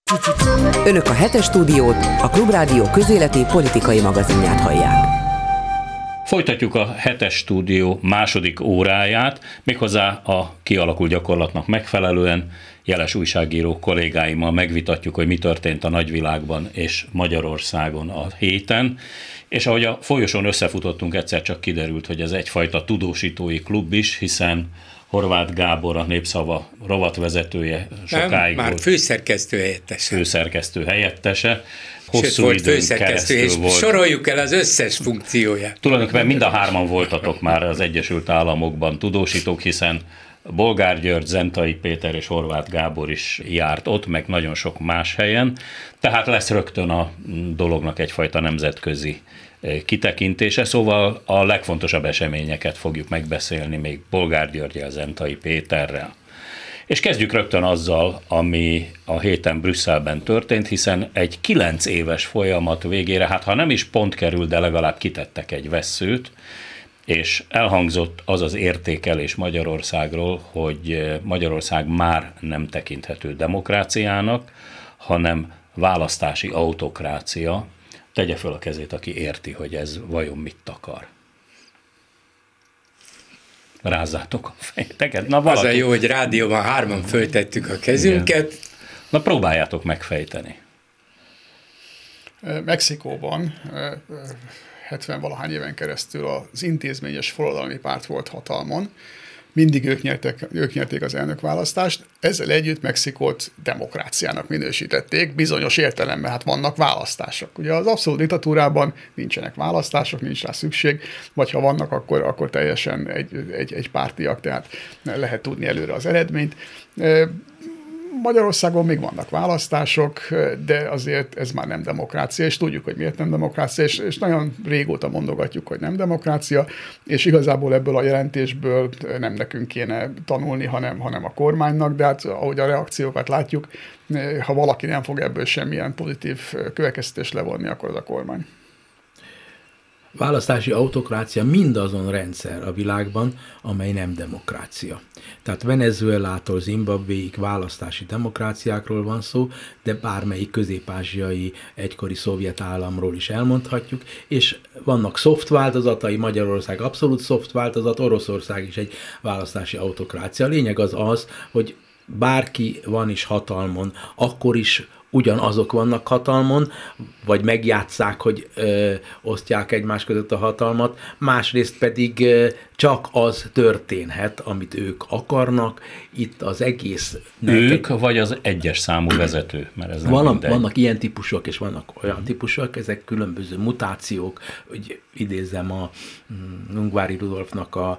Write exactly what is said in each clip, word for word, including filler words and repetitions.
Önök a Hetes Stúdiót, a Klubrádió közéleti politikai magazinját hallják. Folytatjuk a Hetes Stúdió második óráját, méghozzá a kialakult gyakorlatnak megfelelően jeles újságíró kollégáimmal megvitatjuk, hogy mi történt a nagyvilágban és Magyarországon a héten, és ahogy a folyosón összefutottunk, egyszer csak kiderült, hogy ez egyfajta tudósítói klub is, hiszen Horváth Gábor, a Népszava rovatvezetője, sokáig Nem, már főszerkesztő helyettese. Főszerkesztő helyettese. Hosszú Sőt, volt időn főszerkesztő, és volt. Soroljuk el az összes funkcióját. Tulajdonképpen mind a hárman voltatok már az Egyesült Államokban tudósítók, hiszen Bolgár György, Zentai Péter és Horváth Gábor is járt ott, meg nagyon sok más helyen. Tehát lesz rögtön a dolognak egyfajta nemzetközi kitekintése, szóval a legfontosabb eseményeket fogjuk megbeszélni még Bolgár Györgyel, Zentai Péterrel. És kezdjük rögtön azzal, ami a héten Brüsszelben történt, hiszen egy kilenc éves folyamat végére, hát ha nem is pont kerül, de legalább kitettek egy vesszőt, és elhangzott az az értékelés Magyarországról, hogy Magyarország már nem tekinthető demokráciának, hanem választási autokrácia. Tegye föl a kezét, aki érti, hogy ez vajon mit akar. Rázzátok a fejeteket. Na, valaki... Az a jó, hogy rádióban hárman föltettük a kezünket. Igen. Na, próbáljátok megfejteni. Mexikóban hetven-valahány éven keresztül az intézményes forradalmi párt volt hatalmon. Mindig ők nyertek, ők nyerték az elnökválasztást. Ezzel együtt Mexikót demokráciának minősítették, bizonyos értelemben, hát vannak választások. Ugye az abszolút diktatúrában nincsenek választások, nincs rá szükség, vagy ha vannak, akkor, akkor teljesen egy, egy, egy pártiak, tehát lehet tudni előre az eredményt. Magyarországon még vannak választások, de azért ez már nem demokrácia, és tudjuk, hogy miért nem demokrácia, és, és nagyon régóta mondogatjuk, hogy nem demokrácia, és igazából ebből a jelentésből nem nekünk kéne tanulni, hanem, hanem a kormánynak, de hát ahogy a reakciókat látjuk, ha valaki nem fog ebből semmilyen pozitív következtetést levonni, akkor az a kormány. Választási autokrácia mindazon rendszer a világban, amely nem demokrácia. Tehát Venezuelától Zimbabvéig választási demokráciákról van szó, de bármelyik közép-ázsiai egykori szovjet államról is elmondhatjuk, és vannak szoft változatai, Magyarország abszolút szoft változat, Oroszország is egy választási autokrácia. A lényeg az az, hogy bárki van is hatalmon, akkor is ugyanazok vannak hatalmon, vagy megjátsszák, hogy ö, osztják egymás között a hatalmat, másrészt pedig ö, csak az történhet, amit ők akarnak. Itt az egész... Ők, neked... vagy az egyes számú vezető? Mert ez nem Van, vannak ilyen típusok, és vannak olyan típusok, ezek különböző mutációk, hogy idézzem a um, Ungvári Rudolfnak a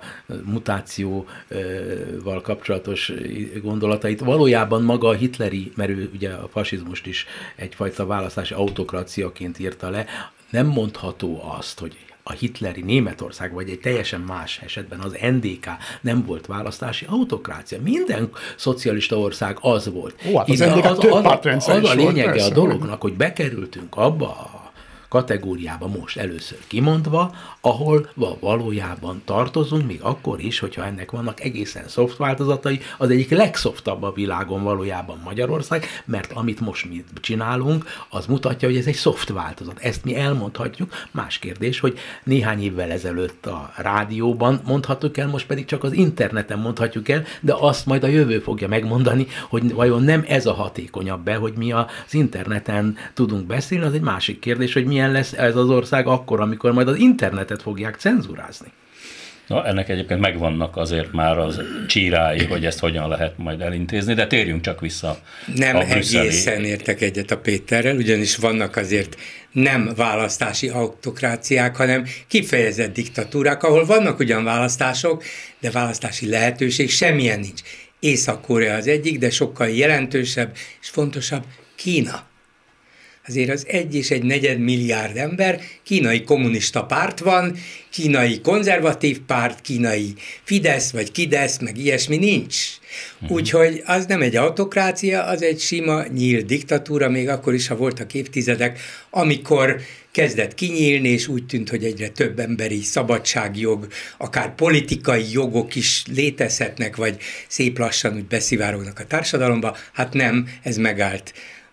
mutációval kapcsolatos gondolatait. Valójában maga a hitleri, mert ő ugye a fasizmust is egyfajta választási autokraciaként írta le, nem mondható azt, hogy a hitleri Németország, vagy egy teljesen más esetben az en dé ká nem volt választási autokrácia. Minden szocialista ország az volt. Ó, hát az, az, az, az, az a lényege persze, a dolognak, hogy bekerültünk abba a kategóriába most először kimondva, ahol valójában tartozunk, még akkor is, hogyha ennek vannak egészen szoft változatai, az egyik legszoftabb a világon valójában Magyarország, mert amit most mi csinálunk, az mutatja, hogy ez egy szoft változat. Ezt mi elmondhatjuk. Más kérdés, hogy néhány évvel ezelőtt a rádióban mondhatjuk el, most pedig csak az interneten mondhatjuk el, de azt majd a jövő fogja megmondani, hogy vajon nem ez a hatékonyabb be, hogy mi az interneten tudunk beszélni, az egy másik kérdés, hogy milyen lesz ez az ország akkor, amikor majd az internetet fogják cenzúrázni. Na, ennek egyébként megvannak azért már az csírái, hogy ezt hogyan lehet majd elintézni, de térjünk csak vissza Nem a brüsszeli... egészen értek egyet a Péterrel, ugyanis vannak azért nem választási autokráciák, hanem kifejezett diktatúrák, ahol vannak ugyan választások, de választási lehetőség semmilyen nincs. Észak-Korea az egyik, de sokkal jelentősebb és fontosabb Kína. Azért az egy és egy negyed milliárd ember, kínai kommunista párt van, kínai konzervatív párt, kínai Fidesz vagy Kidesz, meg ilyesmi nincs. Úgyhogy az nem egy autokrácia, az egy sima, nyílt diktatúra, még akkor is, ha voltak évtizedek, amikor kezdett kinyílni, és úgy tűnt, hogy egyre több emberi szabadságjog, akár politikai jogok is létezhetnek, vagy szép lassan úgy beszivárognak a társadalomba. Hát nem, ez megállt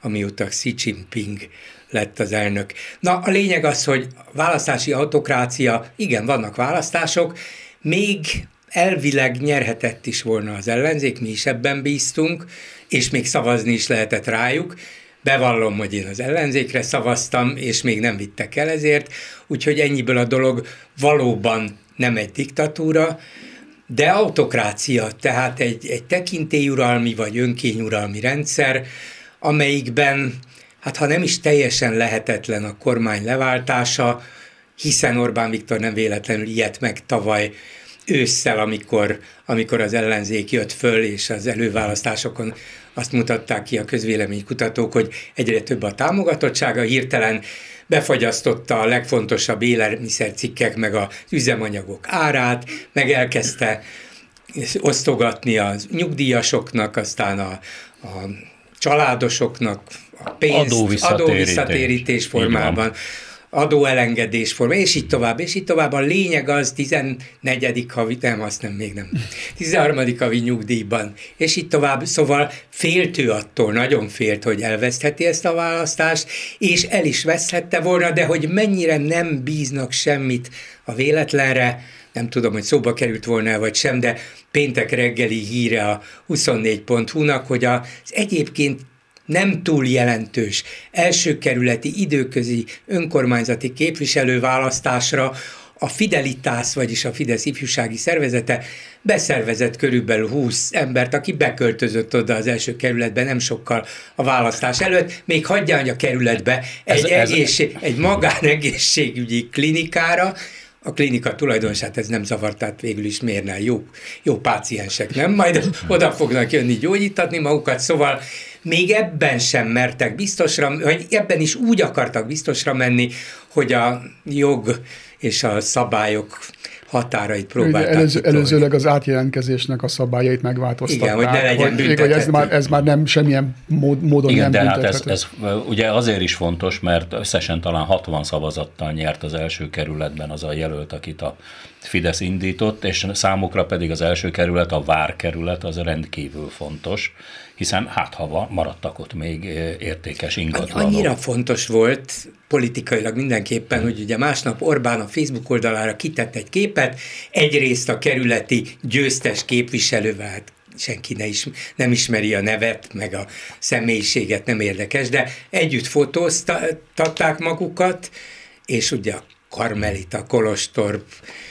amióta Xi Jinping lett az elnök. Na, a lényeg az, hogy választási autokrácia, igen, vannak választások, még elvileg nyerhetett is volna az ellenzék, mi is ebben bíztunk, és még szavazni is lehetett rájuk. Bevallom, hogy én az ellenzékre szavaztam, és még nem vittek el ezért, úgyhogy ennyiből a dolog valóban nem egy diktatúra, de autokrácia, tehát egy, egy tekintélyuralmi vagy önkényuralmi rendszer, amelyikben, hát ha nem is teljesen lehetetlen a kormány leváltása, hiszen Orbán Viktor nem véletlenül ilyet meg tavaly ősszel, amikor, amikor az ellenzék jött föl, és az előválasztásokon azt mutatták ki a közvéleménykutatók, hogy egyre több a támogatottsága, hirtelen befagyasztotta a legfontosabb élelmiszercikkek meg az üzemanyagok árát, meg elkezdte osztogatni a nyugdíjasoknak, aztán a, a családosoknak a pénzt, adóvisszatérítés, adóvisszatérítés formában, adóelengedés formában, és így tovább, és így tovább. A lényeg az tizennegyedik havi, nem, azt nem, még nem, tizenharmadik havi nyugdíjban, és így tovább. Szóval félt ő attól, nagyon félt, hogy elvesztheti ezt a választást, és el is veszthette volna, de hogy mennyire nem bíznak semmit a véletlenre, nem tudom, hogy szóba került volna vagy sem, de péntek reggeli híre a huszonnégy pont hu-nak, hogy az egyébként nem túl jelentős elsőkerületi időközi önkormányzati képviselőválasztásra a Fidelitas, vagyis a Fidesz ifjúsági szervezete beszervezett körülbelül húsz embert, aki beköltözött oda az első kerületbe nem sokkal a választás előtt, még hagyja, hogy a kerületbe egy, ez, egészség, ez... egy magánegészségügyi klinikára. A klinika tulajdonosát ez nem zavart, tehát végül is mérne, jó, jó páciensek, nem? Majd oda fognak jönni gyógyítatni magukat, szóval még ebben sem mertek biztosra, vagy ebben is úgy akartak biztosra menni, hogy a jog és a szabályok határait próbálták. Előző, előzőleg az átjelentkezésnek a szabályait megváltoztatták. Igen, hogy ne legyen hogy, büntethető. Hogy ez már, ez már nem semmilyen mód, módon igen, nem de büntethető. hát ez, ez ugye azért is fontos, mert összesen talán hatvan szavazattal nyert az első kerületben az a jelölt, akit a Fidesz indított, és számukra pedig az első kerület, a várkerület, az rendkívül fontos, hiszen hát ha maradtak ott még értékes ingatlanok. Annyira fontos volt politikailag mindenképpen, hogy ugye másnap Orbán a Facebook oldalára kitett egy képet, egyrészt a kerületi győztes képviselővel, hát senki ne is, nem ismeri a nevet, meg a személyiséget, nem érdekes, de együtt fotóztatták magukat, és ugye a Karmelita Kolostor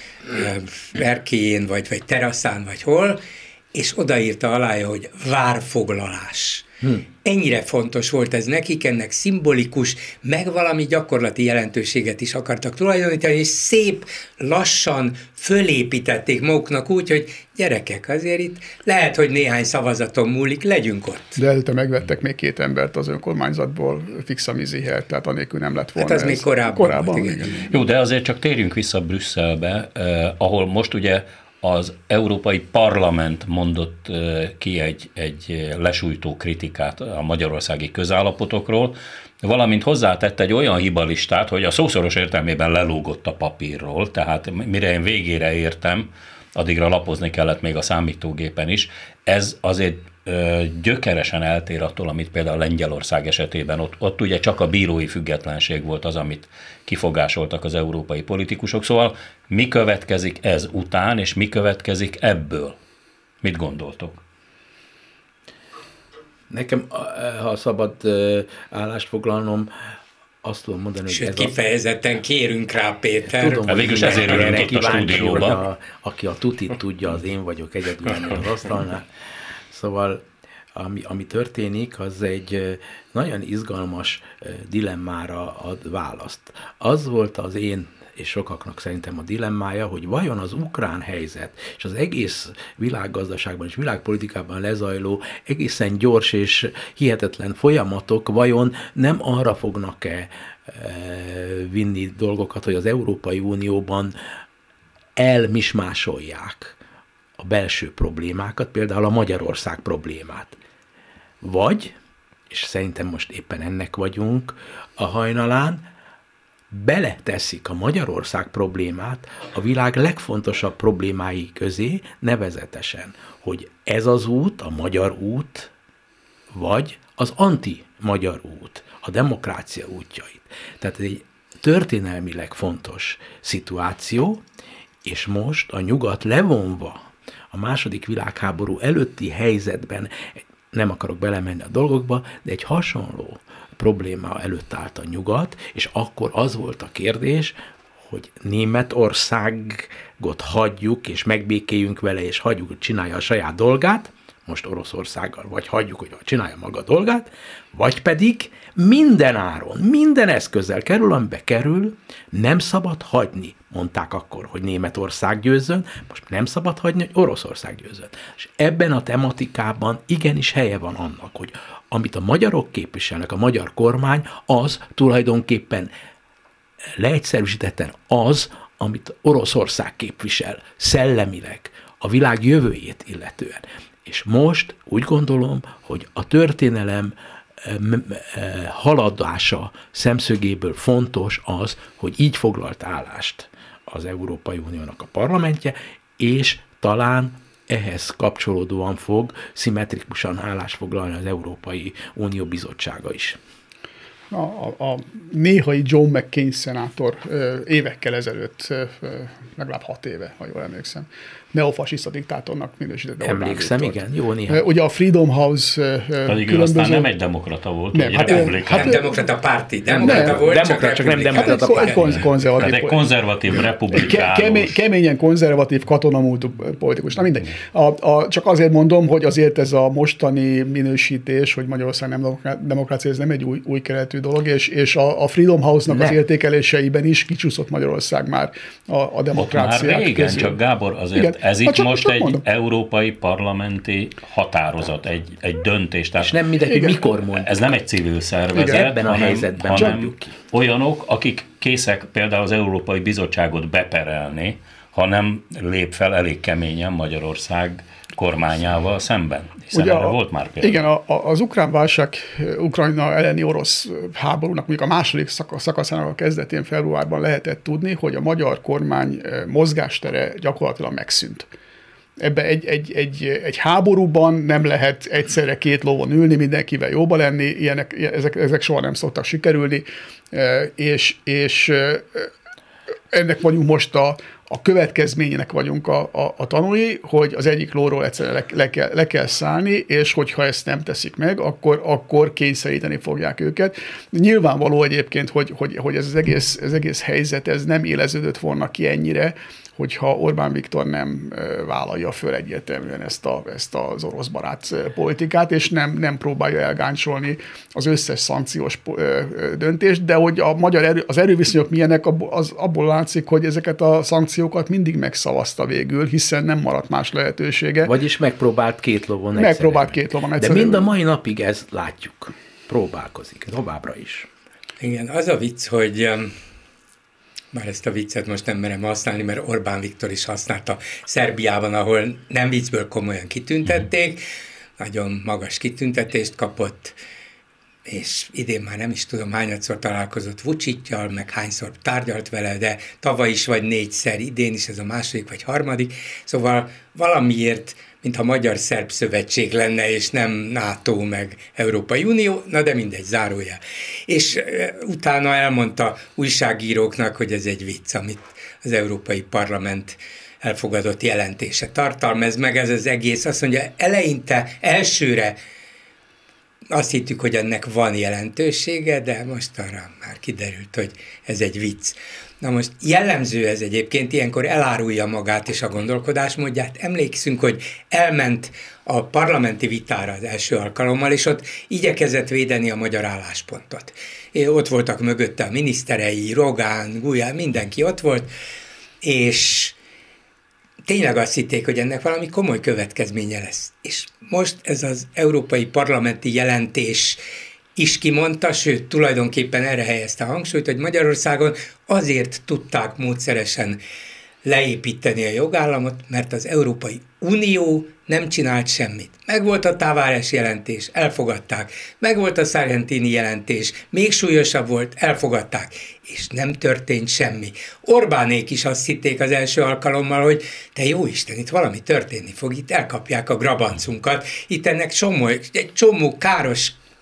erkélyén, vagy, vagy teraszán, vagy hol, és odaírta alája, hogy várfoglalás. Hm. Ennyire fontos volt ez nekik, ennek szimbolikus, meg valami gyakorlati jelentőséget is akartak tulajdonítani, és szép, lassan fölépítették maguknak úgy, hogy gyerekek, azért itt lehet, hogy néhány szavazaton múlik, legyünk ott. De előtte megvettek még két embert az önkormányzatból fixamizihet, tehát anélkül nem lett volna. Hát az ez. még korábban. korábban volt, igen. Igen. Jó, de azért csak térjünk vissza Brüsszelbe, eh, ahol most ugye az Európai Parlament mondott ki egy, egy lesújtó kritikát a magyarországi közállapotokról, valamint hozzátette egy olyan hibalistát, hogy a szószoros értelmében lelógott a papírról, tehát mire én végére értem, addigra lapozni kellett még a számítógépen is. Ez azért gyökeresen eltér attól, amit például Lengyelország esetében, ott, ott ugye csak a bírói függetlenség volt az, amit kifogásoltak az európai politikusok. Szóval mi következik ez után, és mi következik ebből? Mit gondoltok? Nekem, ha szabad állást foglalnom, azt tudom mondani, hogy Sőt, ez kifejezetten a... kérünk rá, Péter. Tudom, hát végülis ezért ülünk itt a stúdióban. A, aki a tutit tudja, az én vagyok egyedül ennél az asztalnál. Szóval ami, ami történik, az egy nagyon izgalmas dilemmára ad választ. Az volt az én és sokaknak szerintem a dilemmája, hogy vajon az ukrán helyzet és az egész világgazdaságban és világpolitikában lezajló egészen gyors és hihetetlen folyamatok vajon nem arra fognak-e vinni dolgokat, hogy az Európai Unióban elmismásolják a belső problémákat, például a Magyarország problémát. Vagy, és szerintem most éppen ennek vagyunk a hajnalán, beleteszik a Magyarország problémát a világ legfontosabb problémái közé, nevezetesen, hogy ez az út, a magyar út, vagy az anti-magyar út, a demokrácia útjait. Tehát ez egy történelmileg fontos szituáció, és most a nyugat levonva a második világháború előtti helyzetben, nem akarok belemenni a dolgokba, de egy hasonló probléma előtt állt a nyugat, és akkor az volt a kérdés, hogy Németországot hagyjuk, és megbékéljünk vele, és hagyjuk, hogy csinálja a saját dolgát, most Oroszországgal, vagy hagyjuk, hogy csinálja maga a dolgát, vagy pedig minden áron, minden eszközzel kerül, amibe kerül, nem szabad hagyni, mondták akkor, hogy Németország győzzön, most nem szabad hagyni, hogy Oroszország győzzön. És ebben a tematikában igenis helye van annak, hogy amit a magyarok képviselnek, a magyar kormány, az tulajdonképpen leegyszerűsítetten az, amit Oroszország képvisel szellemileg, a világ jövőjét illetően. És most úgy gondolom, hogy a történelem haladása szemszögéből fontos az, hogy így foglalt állást az Európai Uniónak a parlamentje, és talán ehhez kapcsolódóan fog szimmetrikusan állást foglalni az Európai Unió bizottsága is. A, a, a néhai John McCain szenátor évekkel ezelőtt, legalább hat éve, ha jól emlékszem, neofasiszta diktátornak minősített. Emlékszem, igen, jó néhány. Ugye a Freedom House pedig különböző... aztán nem egy demokrata volt, nem, hát, republikán. Hát, demokrata párti, demokrata nem, volt, demokrata, csak, csak nem demokrata párti. Egy konz- konzervatív. Tehát egy konzervatív republikánus. Kemény, keményen konzervatív katonamúltú politikus. Na mindegy. A, a, csak azért mondom, hogy azért ez a mostani minősítés, hogy Magyarország nem demokrácia, ez nem egy új, új keletű dolog, és, és a, a Freedom House-nak ne. az értékeléseiben is kicsúszott Magyarország már a, a demokráciák. Ott már régen, közül. Csak Gábor, azért igen. ez itt hát csak, most csak egy mondom. európai parlamenti határozat, egy, egy döntés. Tehát és nem mindegy, hogy mikor mondjuk. Ez nem egy civil szervezet, igen. ebben a hanem, helyzetben hanem olyanok, akik készek például az Európai Bizottságot beperelni, ha nem lép fel elég keményen Magyarország kormányával szemben. Hiszen erre volt már például. Igen, a, a, az ukrán válság, Ukrajna elleni orosz háborúnak mondjuk a második szakaszának a kezdetén februárban lehetett tudni, hogy a magyar kormány mozgástere gyakorlatilag megszűnt. Ebbe egy, egy, egy, egy háborúban nem lehet egyszerre két lovon ülni, mindenkivel jóba lenni, ilyenek, ezek, ezek soha nem szoktak sikerülni, és, és ennek vagyunk most a, a következményének vagyunk a, a, a tanúi, hogy az egyik lóról egyszerűen le, le, kell, le kell szállni, és hogyha ezt nem teszik meg, akkor, akkor kényszeríteni fogják őket. Nyilvánvaló egyébként, hogy, hogy, hogy ez az egész, ez egész helyzet ez nem éleződött volna ki ennyire, hogyha Orbán Viktor nem vállalja föl egyértelműen ezt, a, ezt az orosz barát politikát, és nem, nem próbálja elgáncsolni az összes szankciós döntést, de hogy a magyar erő, az erőviszonyok milyenek, az abból látszik, hogy ezeket a szankciókat mindig megszavazta végül, hiszen nem maradt más lehetősége. Vagyis megpróbált két lovon egyszerűen. Megpróbált két lovon egyszerűen. De mind a mai napig ezt látjuk. Próbálkozik, továbbra is. Igen, az a vicc, hogy bár ezt a viccet most nem merem használni, mert Orbán Viktor is használta Szerbiában, ahol nem viccből komolyan kitüntették, nagyon magas kitüntetést kapott, és idén már nem is tudom, hányadszor találkozott Vučićjal, meg hányszor tárgyalt vele, de tavaly is vagy négyszer, idén is ez a második vagy harmadik, szóval valamiért, mintha Magyar-Szerb Szövetség lenne, és nem NATO, meg Európai Unió, na de mindegy, zárójel. És e, utána elmondta újságíróknak, hogy ez egy vicc, amit az Európai Parlament elfogadott jelentése tartalmaz, meg ez az egész, azt mondja, eleinte, elsőre azt hittük, hogy ennek van jelentősége, de most arra már kiderült, hogy ez egy vicc. Na most jellemző ez egyébként, ilyenkor elárulja magát és a gondolkodásmódját. Emlékszünk, hogy elment a parlamenti vitára az első alkalommal, és ott igyekezett védeni a magyar álláspontot. Ott voltak mögötte a miniszterei, Rogán, Gulyás, mindenki ott volt, és tényleg azt hitték, hogy ennek valami komoly következménye lesz. És most ez az európai parlamenti jelentés is kimondta, sőt, tulajdonképpen erre helyezte a hangsúlyt, hogy Magyarországon azért tudták módszeresen leépíteni a jogállamot, mert az Európai Unió nem csinált semmit. Megvolt a Tavares jelentés, elfogadták. Megvolt a Sargentini jelentés, még súlyosabb volt, elfogadták. És nem történt semmi. Orbánék is azt hitték az első alkalommal, hogy te jó Isten, itt valami történni fog, itt elkapják a grabancunkat, itt ennek csomó, egy csomó káros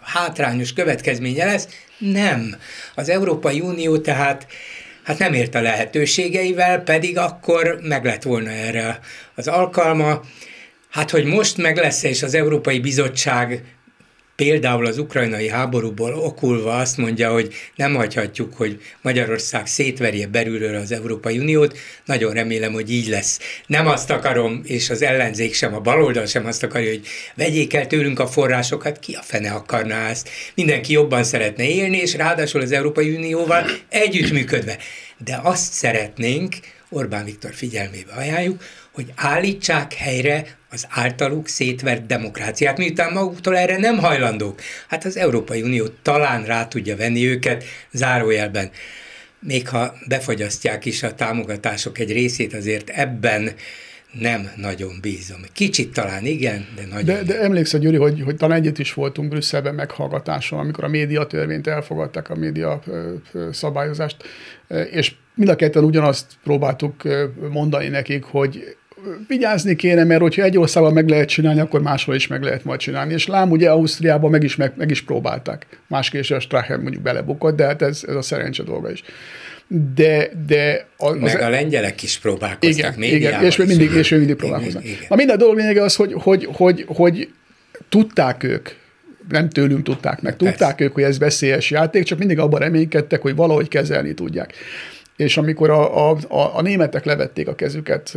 hátrányos következménye lesz. Nem. Az Európai Unió tehát hát nem ért a lehetőségeivel, pedig akkor meg lett volna erre az alkalma. Hát, hogy most meg lesz, és az Európai Bizottság például az ukrajnai háborúból okulva azt mondja, hogy nem hagyhatjuk, hogy Magyarország szétverje belülről az Európai Uniót. Nagyon remélem, hogy így lesz. Nem azt akarom, és az ellenzék sem, a baloldal sem azt akarja, hogy vegyék el tőlünk a forrásokat, ki a fene akarná ezt. Mindenki jobban szeretne élni, és ráadásul az Európai Unióval együttműködve. De azt szeretnénk, Orbán Viktor figyelmébe ajánljuk, hogy állítsák helyre az általuk szétvert demokráciát, miután maguktól erre nem hajlandók. Hát az Európai Unió talán rá tudja venni őket, zárójelben. Még ha befagyasztják is a támogatások egy részét, azért ebben nem nagyon bízom. Kicsit talán igen, de nagyon. De, de emlékszel, Gyuri, hogy, hogy talán együtt is voltunk Brüsszelben meghallgatáson, amikor a médiatörvényt elfogadták, a média szabályozást, és mind a ketten ugyanazt próbáltuk mondani nekik, hogy vigyázni kéne, mert hogyha egy országban meg lehet csinálni, akkor máshol is meg lehet majd csinálni. És lám, ugye Ausztriában meg is, meg, meg is próbálták. Másképp a Strache mondjuk belebukott, de hát ez, ez a szerencse dolga is. De, de az, meg a lengyelek is próbálkoztak. Igen, igen, és mindig, és mindig próbálkoznak. Igen, igen. Na minden dolog lényege az, hogy, hogy, hogy, hogy tudták ők, nem tőlünk tudták meg, Persze. tudták ők, hogy ez veszélyes játék, csak mindig abban reménykedtek, hogy valahogy kezelni tudják. És amikor a, a, a, a németek levették a kezüket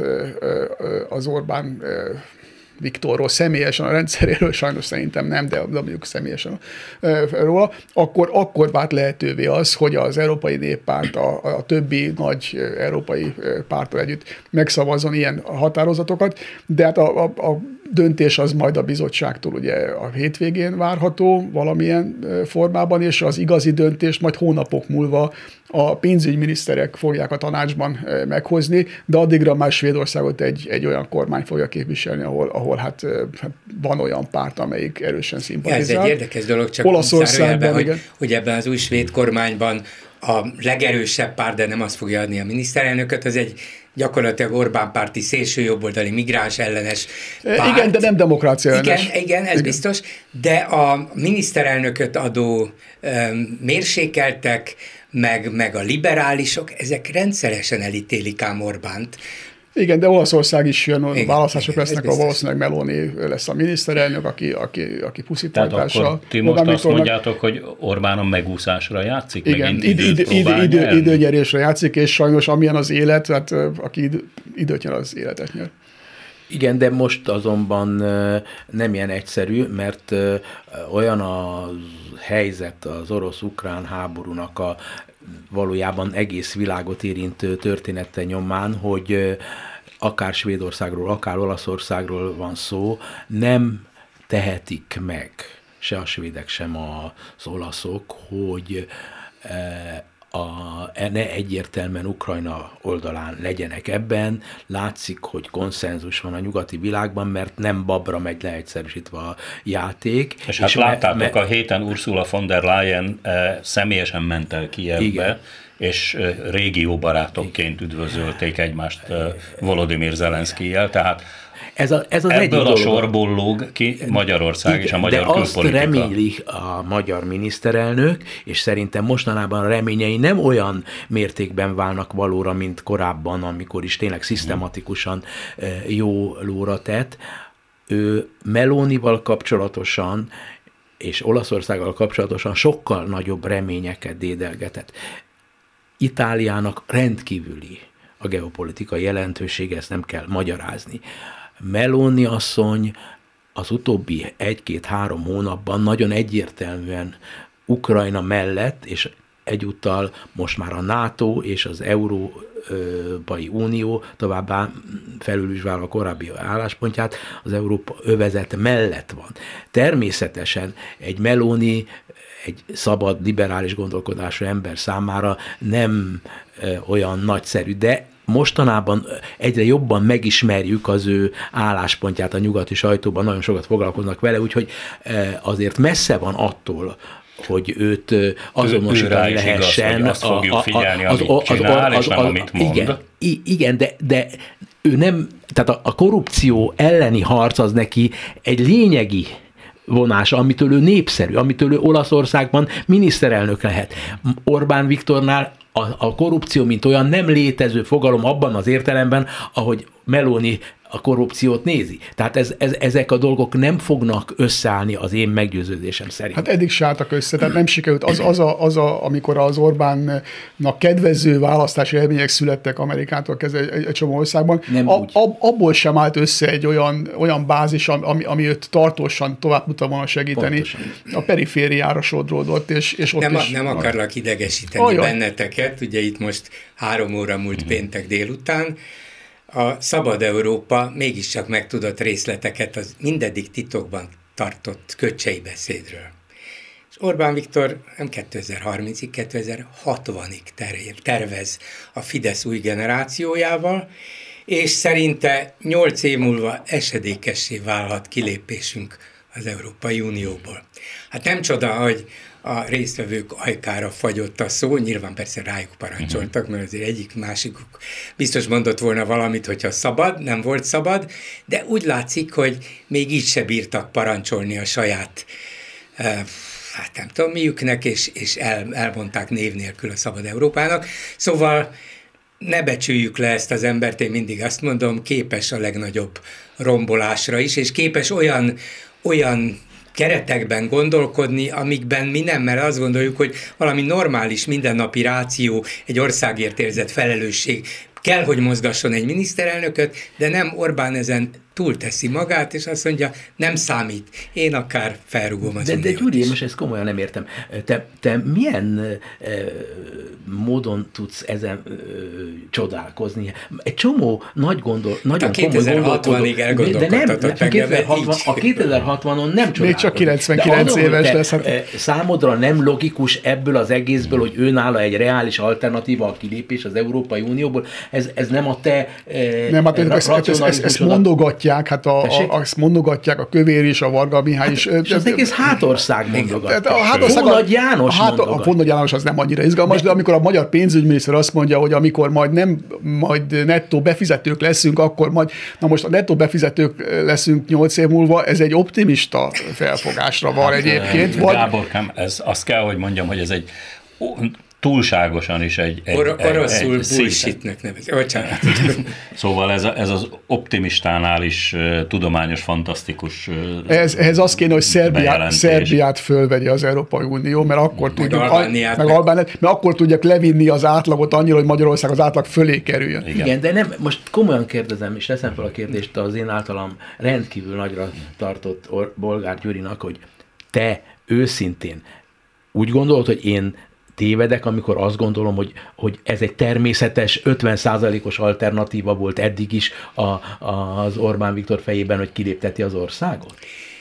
az Orbán Viktorról személyesen, a rendszeréről sajnos szerintem nem, de, de mondjuk személyesen róla, akkor, akkor vált lehetővé az, hogy az Európai Néppárt a, a többi nagy európai párttal együtt megszavazzon ilyen határozatokat, de hát a, a, a döntés az majd a bizottságtól ugye a hétvégén várható valamilyen formában, és az igazi döntést majd hónapok múlva a pénzügyminiszterek fogják a tanácsban meghozni, de addigra már Svédországot egy, egy olyan kormány fogja képviselni, ahol, ahol hát, hát van olyan párt, amelyik erősen szimpatizál. Ez egy érdekes dolog, csak Olaszországban, hogy, hogy ebben az új svéd kormányban a legerősebb párt, de nem azt fogja adni a miniszterelnököt, az egy gyakorlatilag Orbán párti szélsőjobboldali migráns ellenes párt. Igen, de nem demokrácia ellenes. Igen, igen, ez igen. biztos, de a miniszterelnököt adó um, mérsékeltek, meg, meg a liberálisok, ezek rendszeresen elítélik ám Orbánt. Igen, de Olaszország is jön, igen, választások igen, lesznek, ahol valószínűleg Meloni lesz a miniszterelnök, aki, aki, aki puszítással. Tehát akkor ti most azt mondjátok, hogy Orbán a megúszásra játszik? Igen, id, id, id, idő, időnyerésre játszik, és sajnos amilyen az élet, hát aki idő, időt nyer, az életet nyer. Igen, de most azonban nem ilyen egyszerű, mert olyan a helyzet az orosz-ukrán háborúnak a valójában egész világot érintő története nyomán, hogy akár Svédországról, akár Olaszországról van szó, nem tehetik meg se a svédek, sem az olaszok, hogy a, ne egyértelműen Ukrajna oldalán legyenek ebben. Látszik, hogy konszenzus van a nyugati világban, mert nem babra megy leegyszerűsítve a játék. És, és hát láttátok, me- a héten Ursula von der Leyen e, személyesen ment el Kijevbe, igen. és e, régióbarátokként üdvözölték egymást e, Volodymyr Zelenszkijjel, tehát Ez, a, ez az ebből a sorból lóg ki Magyarország igen, és a magyar de külpolitika. De azt reméli a magyar miniszterelnök, és szerintem mostanában a reményei nem olyan mértékben válnak valóra, mint korábban, amikor is tényleg szisztematikusan jó lóra tett. Ő Melonival kapcsolatosan és Olaszországgal kapcsolatosan sokkal nagyobb reményeket dédelgetett. Itáliának rendkívüli a geopolitikai jelentősége, ezt nem kell magyarázni. Meloni asszony az utóbbi egy-két-három hónapban nagyon egyértelműen Ukrajna mellett, és egyúttal most már a NATO és az Európai Unió továbbá felülvizsgálva a korábbi álláspontját, az Európa övezet mellett van. Természetesen egy Meloni, egy szabad, liberális gondolkodású ember számára nem olyan nagyszerű, de mostanában egyre jobban megismerjük az ő álláspontját a nyugati sajtóban, nagyon sokat foglalkoznak vele, úgyhogy azért messze van attól, hogy őt azonosítani lehessen. Igaz, azt fogjuk figyelni, az, amit csinál, az, az, és nem, amit mond. Igen, igen de, de ő nem, tehát a, a korrupció elleni harc az neki egy lényegi vonása, amitől ő népszerű, amitől ő Olaszországban miniszterelnök lehet. Orbán Viktornál a, a korrupció, mint olyan nem létező fogalom abban az értelemben, ahogy Meloni a korrupciót nézi. Tehát ez, ez, ezek a dolgok nem fognak összeállni az én meggyőződésem szerint. Hát eddig se álltak össze, tehát nem sikerült. Az, az, a, az a, amikor az Orbánnak kedvező választási eredmények születtek Amerikától kezdve egy, egy csomó országban, a, ab, abból sem állt össze egy olyan, olyan bázis, ami, ami őt tartósan tovább tudta volna segíteni. Pontosan. A perifériára sodródott, és, és ott nem, is... Nem akarlak idegesíteni Olyan. benneteket, ugye itt most három óra múlt uh-huh. péntek délután, a Szabad Európa mégiscsak megtudott részleteket az mindeddig titokban tartott Köcsei beszédről. És Orbán Viktor nem kétezer-harmincig, kétezer-hatvanig tervez a Fidesz új generációjával, és szerinte nyolc év múlva esedékessé válhat kilépésünk az Európai Unióból. Hát nem csoda, hogy a résztvevők ajkára fagyott a szó, nyilván persze rájuk parancsoltak, mert azért egyik másikuk biztos mondott volna valamit, hogyha szabad, nem volt szabad, de úgy látszik, hogy még így se bírtak parancsolni a saját, hát nem tudom miüknek, és, és el, elmondták név nélkül a Szabad Európának. Szóval ne becsüljük le ezt az embert, én mindig azt mondom, képes a legnagyobb rombolásra is, és képes olyan, olyan keretekben gondolkodni, amikben mi nem, mert azt gondoljuk, hogy valami normális, mindennapi ráció, egy országért érzett felelősség kell, hogy mozgasson egy miniszterelnököt, de nem Orbán ezen túlteszi magát, és azt mondja, nem számít, én akár felrúgom az De, de Gyuri, is. most ezt komolyan nem értem. Te, te milyen e, módon tudsz ezen e, csodálkozni? Egy csomó nagy gondol, nagyon a kétezer-hatvanig elgondolkodtatott engem. A kétezer-hatvanon nem csodálkozni. Még csak kilencvenkilenc éves lesz. Hát... Számodra nem logikus ebből az egészből, hogy ő nála egy reális alternatíva a kilépés az Európai Unióból. Ez, ez nem a te e, nem, hát ezt, ezt, ezt, ezt mondogatják, hát a, a, azt mondogatják a Kövér és a Varga Mihály is. Hát, és az egész hátország mondogatja. A hátország, Nagy János a, a, a Nagy János az nem annyira izgalmas, de, de amikor a magyar pénzügyminiszter azt mondja, hogy amikor majd nem, majd nettó befizetők leszünk, akkor majd, na most a nettó befizetők leszünk nyolc év múlva, ez egy optimista felfogásra van hát, egyébként. Gáborkám, ez azt kell, hogy mondjam, hogy ez egy túlságosan is egy... egy Or- oroszul egy, bullshitnek nevezik. Szóval ez, a, ez az optimistánál is uh, tudományos, fantasztikus uh, ez, Ehhez az kéne, hogy Szerbiát, Szerbiát fölvegye az Európai Unió, mert akkor meg tudjuk... Albániát, meg, meg Albániát, mert akkor tudják levinni az átlagot annyira, hogy Magyarország az átlag fölé kerüljön. Igen, Igen de nem, most komolyan kérdezem, és teszem fel a kérdést az én általam rendkívül nagyra tartott Bolgár Gyurinak, hogy te őszintén úgy gondolod, hogy én tévedek, amikor azt gondolom, hogy, hogy ez egy természetes ötven százalékos alternatíva volt eddig is a, az Orbán Viktor fejében, hogy kilépteti az országot?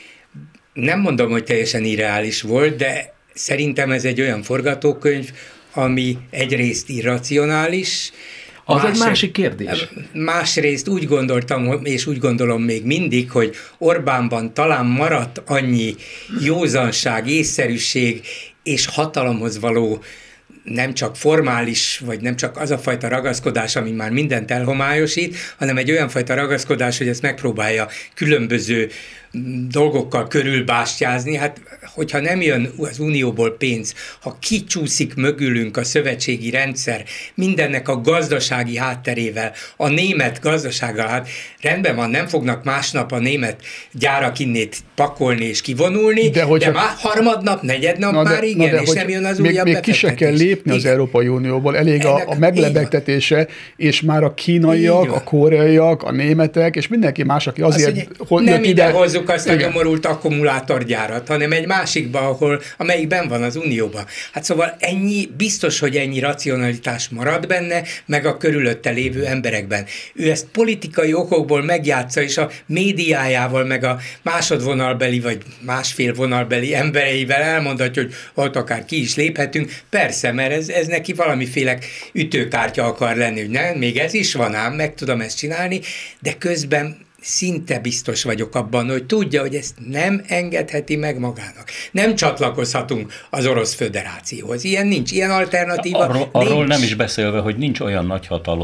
Nem mondom, hogy teljesen irreális volt, de szerintem ez egy olyan forgatókönyv, ami egyrészt irracionális, az Más, egy másik kérdés. Másrészt úgy gondoltam, és úgy gondolom még mindig, hogy Orbánban talán maradt annyi józanság, észszerűség és hatalomhoz való nem csak formális, vagy nem csak az a fajta ragaszkodás, ami már mindent elhomályosít, hanem egy olyan fajta ragaszkodás, hogy ezt megpróbálja különböző dolgokkal körülbástyázni. Hát, hogyha nem jön az Unióból pénz, ha kicsúszik mögülünk a szövetségi rendszer, mindennek a gazdasági hátterével, a német gazdasággal, hát rendben van, nem fognak másnap a német gyárak innét pakolni és kivonulni, de, hogyha, de már harmadnap, negyednap na már de, igen, de, és nem jön az még, újabb még ki se kell lépni az Európai Unióból, elég a, a meglebegtetése, és már a kínaiak, a koreaiak, a németek, és mindenki más, aki azért... Azt, nem ide hozzuk azt a nyomorult akkumulátorgyárat, hanem egy másikba, ahol, amelyikben van az Unióban. Hát szóval ennyi, biztos, hogy ennyi racionalitás marad benne, meg a körülötte lévő emberekben. Ő ezt politikai okokból megjátsza, és a médiájával, meg a másodvonalbeli, vagy másfél vonalbeli embereivel elmondhatja, hogy ott akár ki is léphetünk. Persze, mert ez, ez neki valamiféle ütőkártya akar lenni, hogy nem, még ez is van ám, meg tudom ezt csinálni, de közben szinte biztos vagyok abban, hogy tudja, hogy ezt nem engedheti meg magának. Nem csatlakozhatunk az Orosz Föderációhoz. Ilyen nincs, ilyen alternatíva Arról, nincs. arról nem is beszélve, hogy nincs olyan nagyhatalom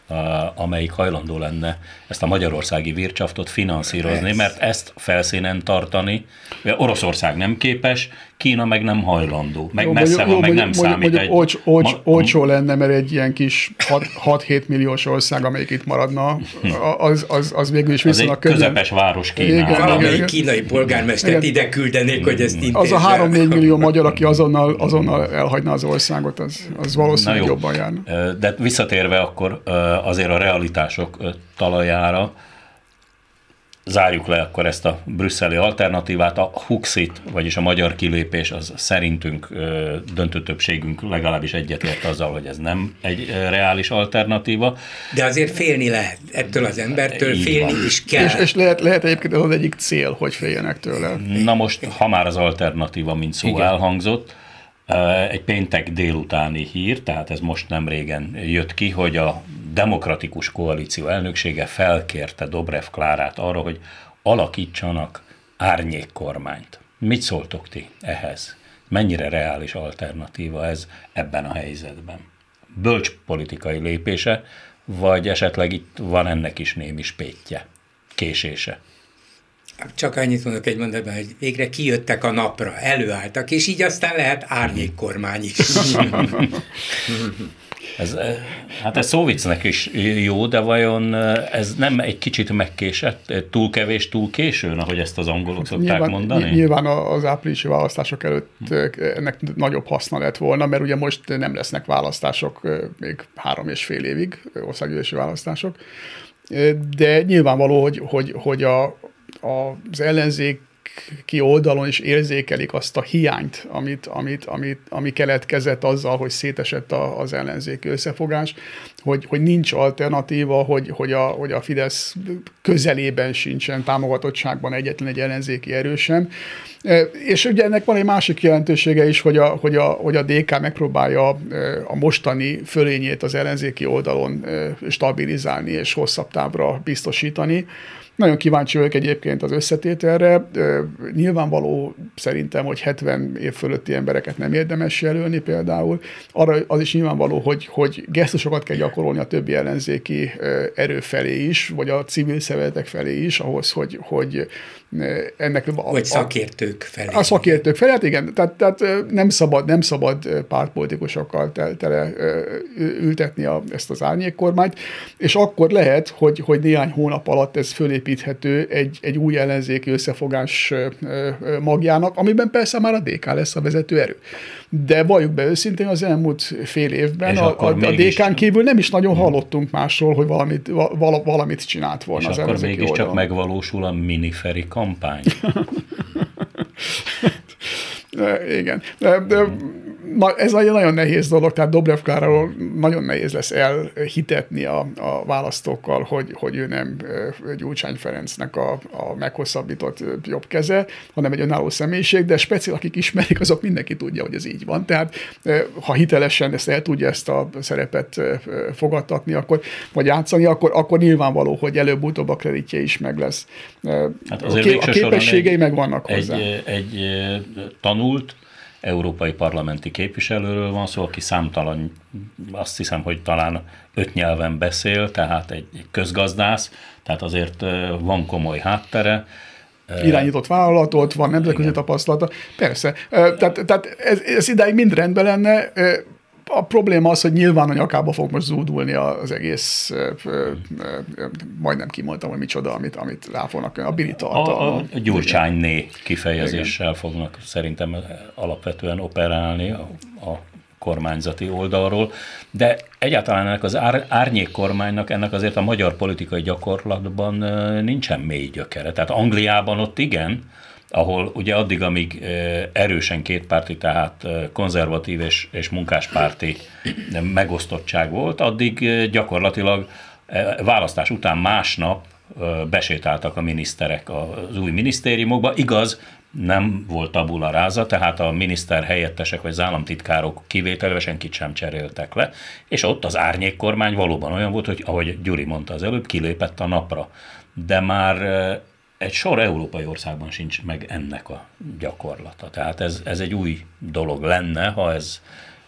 amelyik hajlandó lenne ezt a magyarországi Wirtschaftot finanszírozni, mert ezt felszínen tartani, Oroszország nem képes, Kína meg nem hajlandó, meg jó, messze jó, van, jó, meg mondjuk, nem mondjuk, számít. Mondjuk egy, olcs, olcs, ma, olcsó lenne, mert egy ilyen kis hat-hét milliós ország, amelyik itt maradna, az, az, az végül is viszonylag közel. Közepes város Kínában. Valamelyik kínai polgármestert ide küldenék, hogy ezt intézze. Az a három-négy millió magyar, aki azonnal, azonnal elhagyna az országot, az, az valószínűleg jobban járna. De visszatérve akkor azért a realitások talajára, zárjuk le akkor ezt a brüsszeli alternatívát, a Huxit, vagyis a magyar kilépés, az szerintünk döntő többségünk legalábbis egyetért azzal, hogy ez nem egy reális alternatíva. De azért félni lehet ettől az embertől, így félni van. Is kell. És, és lehet, lehet egyébként az egyik cél, hogy féljenek tőle. Na most, ha már az alternatíva, mint szó igen. elhangzott, egy péntek délutáni hír, tehát ez most nem régen jött ki, hogy a Demokratikus Koalíció elnöksége felkérte Dobrev Klárát arra, hogy alakítsanak árnyékkormányt. Mit szóltok ti ehhez? Mennyire reális alternatíva ez ebben a helyzetben? Bölcs politikai lépése, vagy esetleg itt van ennek is némi spétje, késése? Csak annyit mondok egy mondatban, hogy végre kijöttek a napra, előálltak, és így aztán lehet árnyékkormány is. Ez, hát ez szóviccnek is jó, de vajon ez nem egy kicsit megkésett, túl kevés, túl későn, ahogy ezt az angolok szokták nyilván, mondani? Nyilván az áprilisi választások előtt ennek nagyobb haszna lett volna, mert ugye most nem lesznek választások még három és fél évig, országgyűlési választások, de nyilvánvaló, hogy, hogy, hogy a az ellenzéki oldalon is érzékelik azt a hiányt, amit, amit, amit, ami keletkezett azzal, hogy szétesett a, az ellenzéki összefogás, hogy, hogy nincs alternatíva, hogy, hogy, a, hogy a Fidesz közelében sincsen támogatottságban egyetlen egy ellenzéki erő sem. És ugye ennek van egy másik jelentősége is, hogy a, hogy a, hogy a dé ká megpróbálja a mostani fölényét az ellenzéki oldalon stabilizálni és hosszabb távra biztosítani. Nagyon kíváncsi vagyok egyébként az összetételre. Nyilvánvaló szerintem, hogy hetven év fölötti embereket nem érdemes jelölni például. Arra az is nyilvánvaló, hogy, hogy gesztusokat kell gyakorolni a többi ellenzéki erő felé is, vagy a civil szervezetek felé is, ahhoz, hogy, hogy ennek... Vagy a, szakértők felé. A szakértők felé, hát igen. Tehát, tehát nem szabad, nem szabad pártpolitikusokkal tele ültetni a, ezt az árnyékkormányt, és akkor lehet, hogy, hogy néhány hónap alatt ez fölépíthető egy, egy új ellenzéki összefogás magjának, amiben persze már a dé ká lesz a vezető erő. De valljuk be őszintén, az elmúlt fél évben a, a, a dé kán kívül nem is nagyon hallottunk másról, hogy valamit, vala, valamit csinált volna és az ellenzéki oldalon. És akkor mégiscsak megvalósul a miniferi kampány. Igen. De, de, na, ez egy nagyon nehéz dolog, tehát Dobrev Kláráról nagyon nehéz lesz elhitetni a, a választókkal, hogy, hogy ő nem Gyurcsány Ferencnek a, a meghosszabbított jobb keze, hanem egy önálló személyiség, de speciál, akik ismerik, azok mindenki tudja, hogy ez így van. Tehát ha hitelesen ezt el tudja ezt a szerepet fogadtatni, akkor, vagy játszani, akkor, akkor nyilvánvaló, hogy előbb-utóbb a kreditje is meg lesz. Hát a, ké, a képességei egy, megvannak hozzá. Egy, egy tanult európai parlamenti képviselőről van szó, aki számtalan, azt hiszem, hogy talán öt nyelven beszél, tehát egy közgazdász, tehát azért van komoly háttere. Irányított vállalatot, van nemzetközi tapasztalata. Persze. Tehát, tehát ez, ez idáig mind rendben lenne. A probléma az, hogy nyilván a nyakába fog most zúdulni az egész, majdnem kimondtam, hogy micsoda, amit, amit rá fognak, a Bini tartalma. A, a Gyurcsányné kifejezéssel igen. fognak szerintem alapvetően operálni a, a kormányzati oldalról, de egyáltalán ennek az ár, árnyékkormánynak ennek azért a magyar politikai gyakorlatban nincsen mély gyökere. Tehát Angliában ott igen, ahol ugye addig, amíg erősen kétpárti, tehát konzervatív és, és munkáspárti megosztottság volt, addig gyakorlatilag választás után másnap besétáltak a miniszterek az új minisztériumokba. Igaz, nem volt tabula ráza, tehát a miniszter helyettesek vagy az államtitkárok kivételével senkit sem cseréltek le, és ott az árnyékkormány valóban olyan volt, hogy ahogy Gyuri mondta az előbb, kilépett a napra. De már egy sor európai országban sincs meg ennek a gyakorlata. Tehát ez, ez egy új dolog lenne, ha ez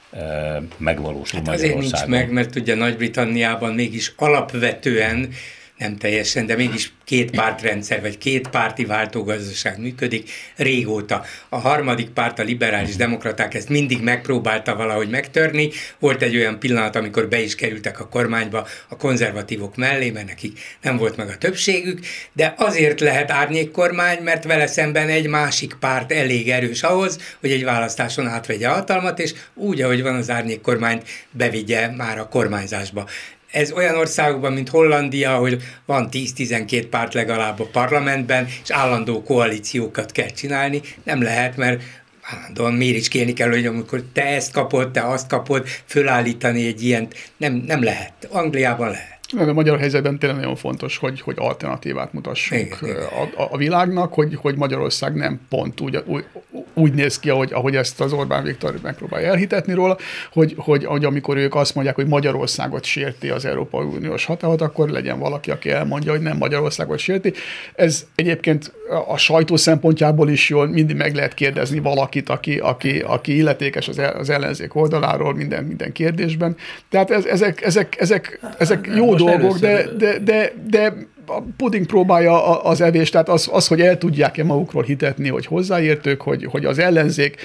megvalósul hát Magyarországon. Azért nincs meg, mert ugye Nagy-Britanniában mégis alapvetően, nem teljesen, de mégis két pártrendszer, vagy két párti váltógazdaság működik régóta. A harmadik párt, a liberális demokraták ezt mindig megpróbálta valahogy megtörni. Volt egy olyan pillanat, amikor be is kerültek a kormányba a konzervatívok mellé, mert nekik nem volt meg a többségük, de azért lehet árnyékkormány, mert vele szemben egy másik párt elég erős ahhoz, hogy egy választáson átvegye a hatalmat, és úgy, ahogy van, az árnyékkormányt bevigye már a kormányzásba. Ez olyan országokban, mint Hollandia, hogy van tíz-tizenkét párt legalább a parlamentben, és állandó koalíciókat kell csinálni. Nem lehet, mert állandóan méricskélni kell, hogy amikor te ezt kapod, te azt kapod, fölállítani egy ilyent, nem, nem lehet. Angliában lehet. A magyar helyzetben tényleg nagyon fontos, hogy, hogy alternatívát mutassunk igen, igen. A, a világnak, hogy, hogy Magyarország nem pont úgy, úgy, úgy néz ki, ahogy, ahogy ezt az Orbán Viktor megpróbálja elhitetni róla, hogy, hogy, hogy amikor ők azt mondják, hogy Magyarországot sérti az Európai Uniós hatályt, akkor legyen valaki, aki elmondja, hogy nem Magyarországot sérti. Ez egyébként a sajtó szempontjából is jól mindig meg lehet kérdezni valakit, aki, aki, aki illetékes az, el, az ellenzék oldaláról minden, minden kérdésben. Tehát ez, ezek, ezek, ezek, ezek jó dolgok, de, de, de, de a puding próbálja az evést, tehát az, az, hogy el tudják-e magukról hitetni, hogy hozzáértők, hogy, hogy az ellenzék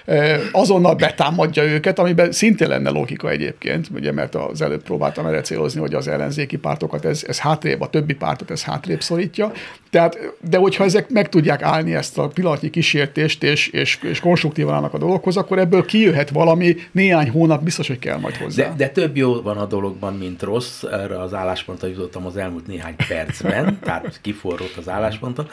azonnal betámadja őket, amiben szintén lenne logika egyébként, ugye, mert az előbb próbáltam erre célozni, hogy az ellenzéki pártokat ez, ez hátrébb, a többi pártot ez hátrébb szorítja. Tehát, de hogyha ezek meg tudják állni ezt a pillanatnyi kísértést, és, és, és konstruktívan állnak a dologhoz, akkor ebből kijöhet valami, néhány hónap biztos, hogy kell majd hozzá. De, de több jó van a dologban, mint rossz. Erre az álláspontra jutottam az elmúlt néhány percben, tehát kiforrott az állásponton.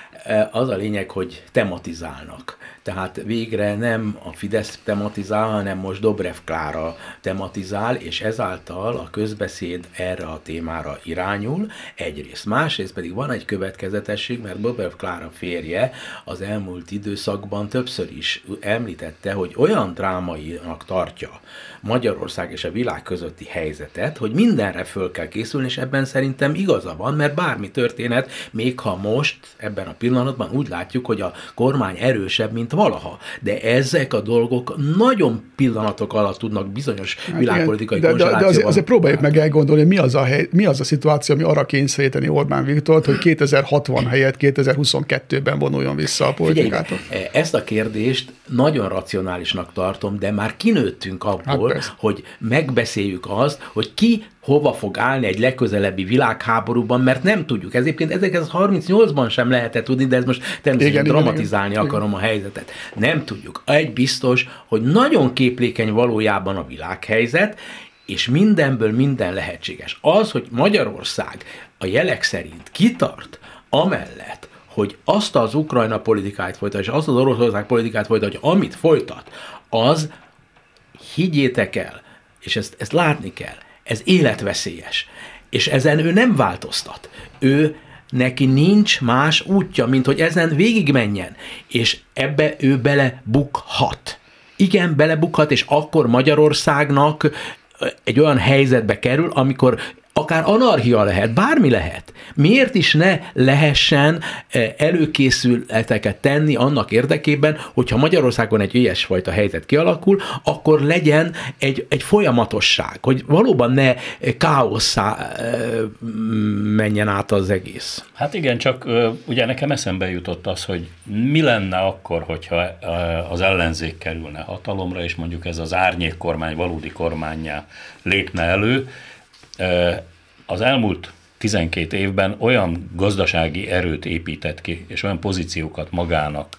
Az a lényeg, hogy tematizálnak. Tehát végre nem a Fidesz tematizál, hanem most Dobrev Klára tematizál, és ezáltal a közbeszéd erre a témára irányul egyrészt. Másrészt pedig van egy következetesség, mert Dobrev Klára férje az elmúlt időszakban többször is említette, hogy olyan drámainak tartja Magyarország és a világ közötti helyzetet, hogy mindenre föl kell készülni, és ebben szerintem igaza van, mert bármi történet, még ha most, ebben a pillanatban úgy látjuk, hogy a kormány erősebb, mint valaha. De ezek a dolgok nagyon pillanatok alatt tudnak bizonyos hát világpolitikai de, konstellációban... De, de azért, azért próbáljuk meg elgondolni, mi az, a hely, mi az a szituáció, ami arra kényszeríteni Orbán Viktort, hogy kétezer-hatvan helyett kétezer-huszonkettőben vonuljon vissza a politikától. Figyelj, ezt a kérdést nagyon racionálisnak tartom, de már kinőttünk abból, hát hogy megbeszéljük azt, hogy ki hova fog állni egy legközelebbi világháborúban, mert nem tudjuk. Ez egyébként ezerkilencszázharmincnyolcban sem lehetett tudni, de ez most természetesen igen, dramatizálni igen, akarom igen. a helyzetet. Nem tudjuk. Egy biztos, hogy nagyon képlékeny valójában a világhelyzet, és mindenből minden lehetséges. Az, hogy Magyarország a jelek szerint kitart amellett, hogy azt az Ukrajna politikát folytatja, és azt az Oroszország politikát folytatja, amit folytat, az, higgyétek el, és ezt, ezt látni kell, ez életveszélyes. És ezen ő nem változtat. Ő, neki nincs más útja, mint hogy ezen végigmenjen. És ebbe ő belebukhat. Igen, belebukhat, és akkor Magyarországnak egy olyan helyzetbe kerül, amikor akár anarchia lehet, bármi lehet. Miért is ne lehessen előkészületeket tenni annak érdekében, hogyha Magyarországon egy ilyesfajta helyzet kialakul, akkor legyen egy, egy folyamatosság, hogy valóban ne káosszá menjen át az egész. Hát igen, csak ugye nekem eszembe jutott az, hogy mi lenne akkor, hogyha az ellenzék kerülne hatalomra, és mondjuk ez az árnyékkormány valódi kormánnyá lépne elő. Az elmúlt tizenkét évben olyan gazdasági erőt épített ki, és olyan pozíciókat magának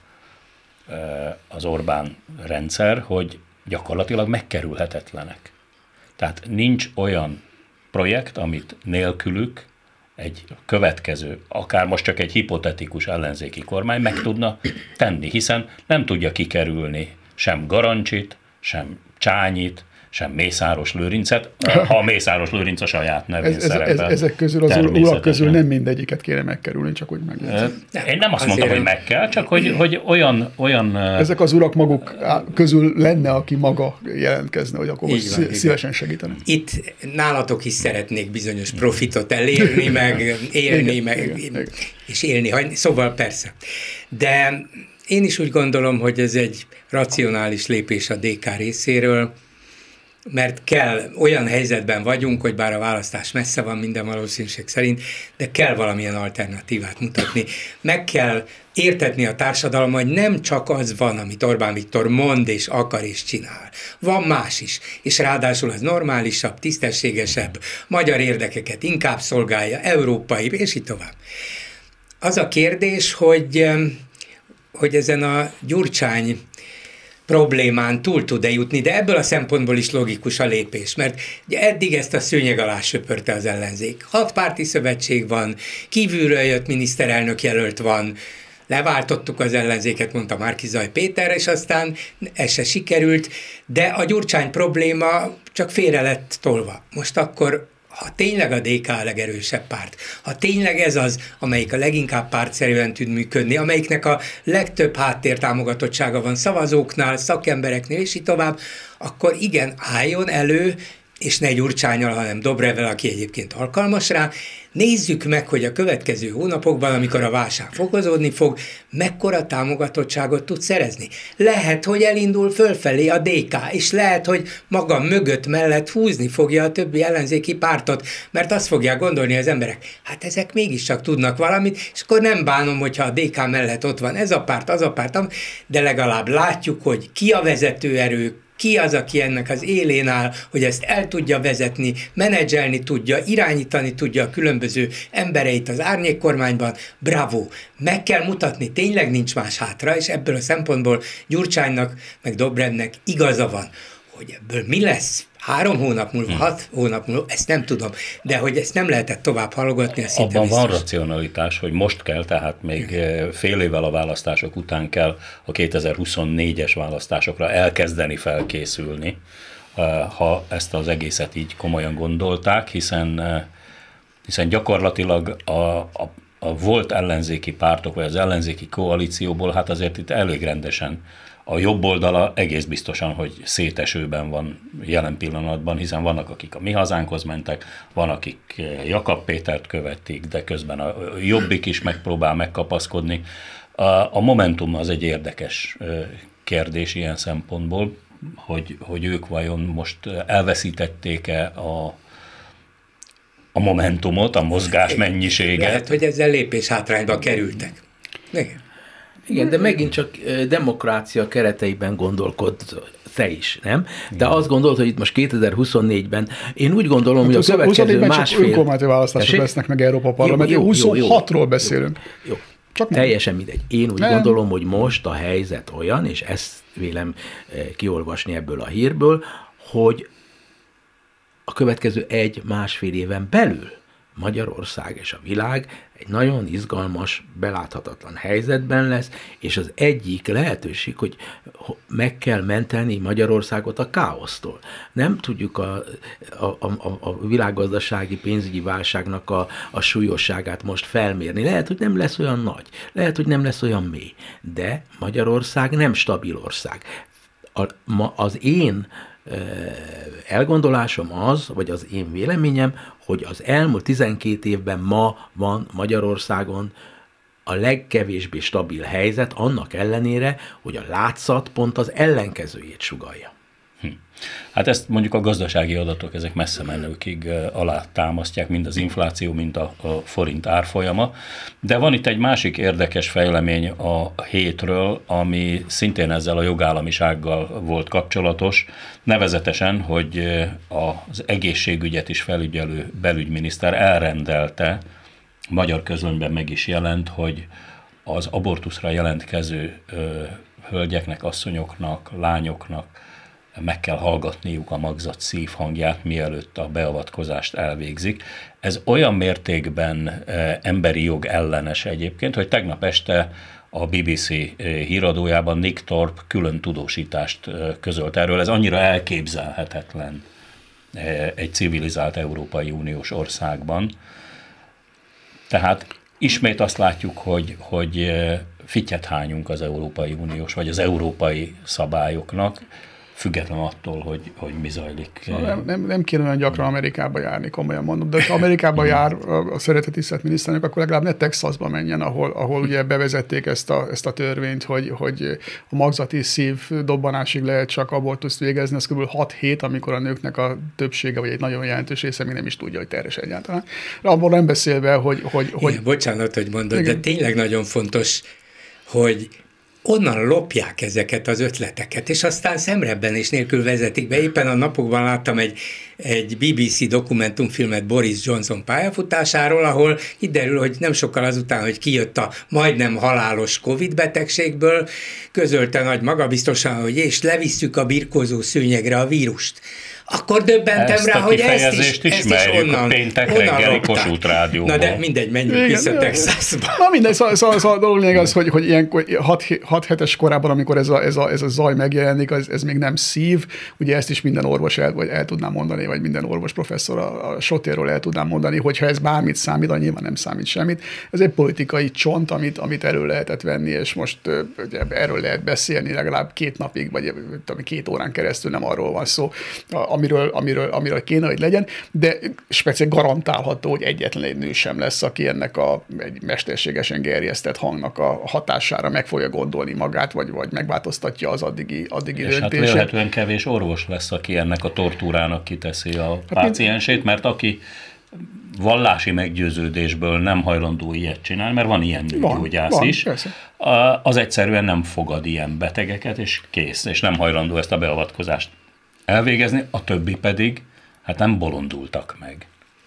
az Orbán rendszer, hogy gyakorlatilag megkerülhetetlenek. Tehát nincs olyan projekt, amit nélkülük egy következő, akár most csak egy hipotetikus ellenzéki kormány meg tudna tenni, hiszen nem tudja kikerülni sem Garancsit, sem Csányit, sem Mészáros Lőrincet, ha a Mészáros Lőrinc a saját nevén ez, szerepel. Ez, ezek közül az urak közül nem mindegyiket kéne megkerülni, csak úgy megjegyzem. Én nem azt mondtam, hogy meg kell, csak hogy, hogy olyan, olyan... Ezek az urak maguk közül lenne, aki maga jelentkezne, hogy akkor most van, szívesen segíteni. Itt nálatok is szeretnék bizonyos profitot elérni, meg élni, igen, meg, igen, igen. és élni hagyni. Szóval persze. De én is úgy gondolom, hogy ez egy racionális lépés a dé ká részéről, mert kell, olyan helyzetben vagyunk, hogy bár a választás messze van minden valószínűség szerint, de kell valamilyen alternatívát mutatni. Meg kell értetni a társadalom, hogy nem csak az van, amit Orbán Viktor mond és akar és csinál. Van más is, és ráadásul az normálisabb, tisztességesebb, magyar érdekeket inkább szolgálja, európai, és így tovább. Az a kérdés, hogy, hogy ezen a Gyurcsány problémán túl tud-e jutni, de ebből a szempontból is logikus a lépés, mert ugye eddig ezt a szőnyeg alá söpörte az ellenzék. Hat párti szövetség van, kívülről jött miniszterelnök jelölt van, leváltottuk az ellenzéket, mondta Márki-Zay Péter, és aztán ez se sikerült, de a Gyurcsány probléma csak félre lett tolva. Most akkor, ha tényleg a dé ká a legerősebb párt, ha tényleg ez az, amelyik a leginkább pártszerűen tud működni, amelyiknek a legtöbb háttértámogatottsága van szavazóknál, szakembereknél, és így tovább, akkor igen, álljon elő, és ne Gyurcsánnyal, hanem Dobrevvel, aki egyébként alkalmas rá, nézzük meg, hogy a következő hónapokban, amikor a válság fokozódni fog, mekkora támogatottságot tud szerezni. Lehet, hogy elindul fölfelé a dé ká, és lehet, hogy maga mögött mellett húzni fogja a többi ellenzéki pártot, mert azt fogják gondolni az emberek, hát ezek mégiscsak tudnak valamit, és akkor nem bánom, hogyha a dé ká mellett ott van ez a párt, az a párt, de legalább látjuk, hogy ki a vezetőerő, ki az, aki ennek az élén áll, hogy ezt el tudja vezetni, menedzselni tudja, irányítani tudja a különböző embereit az árnyékkormányban. Bravo! Meg kell mutatni, tényleg nincs más hátra, és ebből a szempontból Gyurcsánynak, meg Dobrevnek igaza van, hogy ebből mi lesz három hónap múlva, hmm. hat hónap múlva, ezt nem tudom, de hogy ezt nem lehetett tovább halogatni, azt szinte abban biztos. Van racionalitás, hogy most kell, tehát még Igen. fél évvel a választások után kell a kétezer-huszonnégyes választásokra elkezdeni felkészülni, ha ezt az egészet így komolyan gondolták, hiszen, hiszen gyakorlatilag a, a, a volt ellenzéki pártok, vagy az ellenzéki koalícióból, hát azért itt elég rendesen a jobb oldala egész biztosan, hogy szétesőben van jelen pillanatban, hiszen vannak, akik a Mi Hazánkhoz mentek, van, akik Jakab Pétert követik, de közben a Jobbik is megpróbál megkapaszkodni. A, a Momentum az egy érdekes kérdés ilyen szempontból, hogy, hogy ők vajon most elveszítették-e a, a momentumot, a mozgás mennyiséget. Lehet, hogy ezzel lépés hátrányba kerültek. Igen. Igen, de megint csak demokrácia kereteiben gondolkodsz te is, nem? De azt gondolod, hogy itt most kétezer-huszonnégyben, én úgy gondolom, hát hogy a következő másfél... csak önkormányzati választások Tessék? lesznek meg Európa Parlamenti, huszonhatról beszélünk. Jó, jó. Csak teljesen mindegy. Én úgy nem. gondolom, hogy most a helyzet olyan, és ezt vélem kiolvasni ebből a hírből, hogy a következő egy-másfél éven belül Magyarország és a világ egy nagyon izgalmas, beláthatatlan helyzetben lesz, és az egyik lehetőség, hogy meg kell menteni Magyarországot a káosztól. Nem tudjuk a, a, a, a világgazdasági pénzügyi válságnak a, a súlyosságát most felmérni. Lehet, hogy nem lesz olyan nagy, lehet, hogy nem lesz olyan mély, de Magyarország nem stabil ország. A, ma, az én elgondolásom az, vagy az én véleményem, hogy az elmúlt tizenkét évben ma van Magyarországon a legkevésbé stabil helyzet, annak ellenére, hogy a látszat pont az ellenkezőjét sugallja. Hm. Hát ezt mondjuk a gazdasági adatok, ezek messze menőkig alá támasztják, mind az infláció, mind a, a forint árfolyama. De van itt egy másik érdekes fejlemény a hétről, ami szintén ezzel a jogállamisággal volt kapcsolatos, nevezetesen, hogy az egészségügyet is felügyelő belügyminiszter elrendelte, magyar közlönyben meg is jelent, hogy az abortuszra jelentkező hölgyeknek, asszonyoknak, lányoknak meg kell hallgatniuk a magzat szívhangját, mielőtt a beavatkozást elvégzik. Ez olyan mértékben emberi jog ellenes egyébként, hogy tegnap este a bé bé cé híradójában Nick Thorpe külön tudósítást közölt erről. Ez annyira elképzelhetetlen egy civilizált Európai Uniós országban. Tehát ismét azt látjuk, hogy, hogy fittyet hányunk az Európai Uniós, vagy az európai szabályoknak, független attól, hogy, hogy mi zajlik. Nem, nem, nem kéne olyan gyakran Amerikába járni, komolyan mondom, de ha Amerikába jár a szeretett tisztelt miniszterelnök, akkor legalább ne Texasba menjen, ahol, ahol ugye bevezették ezt a, ezt a törvényt, hogy, hogy a magzati szív dobbanásig lehet csak abortuszt végezni, az kb. hat hét, amikor a nőknek a többsége, vagy egy nagyon jelentős része még nem is tudja, hogy terhes egyáltalán. Abban nem beszélve, hogy... hogy, hogy igen, bocsánat, hogy mondod, igen. De tényleg nagyon fontos, hogy onnan lopják ezeket az ötleteket, és aztán szemrebben és nélkül vezetik be. Éppen a napokban láttam egy, egy bé bé cé dokumentumfilmet Boris Johnson pályafutásáról, ahol kiderül, hogy nem sokkal azután, hogy kijött a majdnem halálos Covid betegségből, közölte nagy magabiztosan, hogy és levisszük a birkózó szőnyegre a vírust. Akkor döbbentem ezt rá, hogy ezt is, ezt is onnan, a péntek onnan reggeli lopták. Kossuth Rádióból. Na de mindegy, menjünk igen, vissza Texasba. Na mindegy, szóval, szóval, szóval a dolog lényeg az, hogy, hogy ilyenkor hat hetes korában, amikor ez a, ez a, ez a zaj megjelenik, ez, ez még nem szív, ugye ezt is minden orvos el, vagy el tudná mondani, vagy minden orvos professzor a, a sotérról el tudná mondani, hogyha ez bármit számít, de nyilván nem számít semmit. Ez egy politikai csont, amit, amit erről lehetett venni, és most ugye, erről lehet beszélni legalább két napig, vagy két órán keresztül, nem arról van szó, amiről, amiről amiről kéne, hogy legyen, de speciál garantálható, hogy egyetlen egy nő sem lesz, aki ennek a egy mesterségesen gerjesztett hangnak a hatására meg fogja gondolni magát, vagy, vagy megváltoztatja az addigi, addigi és döntését. hát vélhetően kevés orvos lesz, aki ennek a tortúrának kiteszi a hát páciensét, mert aki vallási meggyőződésből nem hajlandó ilyet csinálni, mert van ilyen nőgyógyász is, persze. Az egyszerűen nem fogad ilyen betegeket, és kész, és nem hajlandó ezt a beavatkozást elvégezni, a többi pedig hát nem bolondultak meg.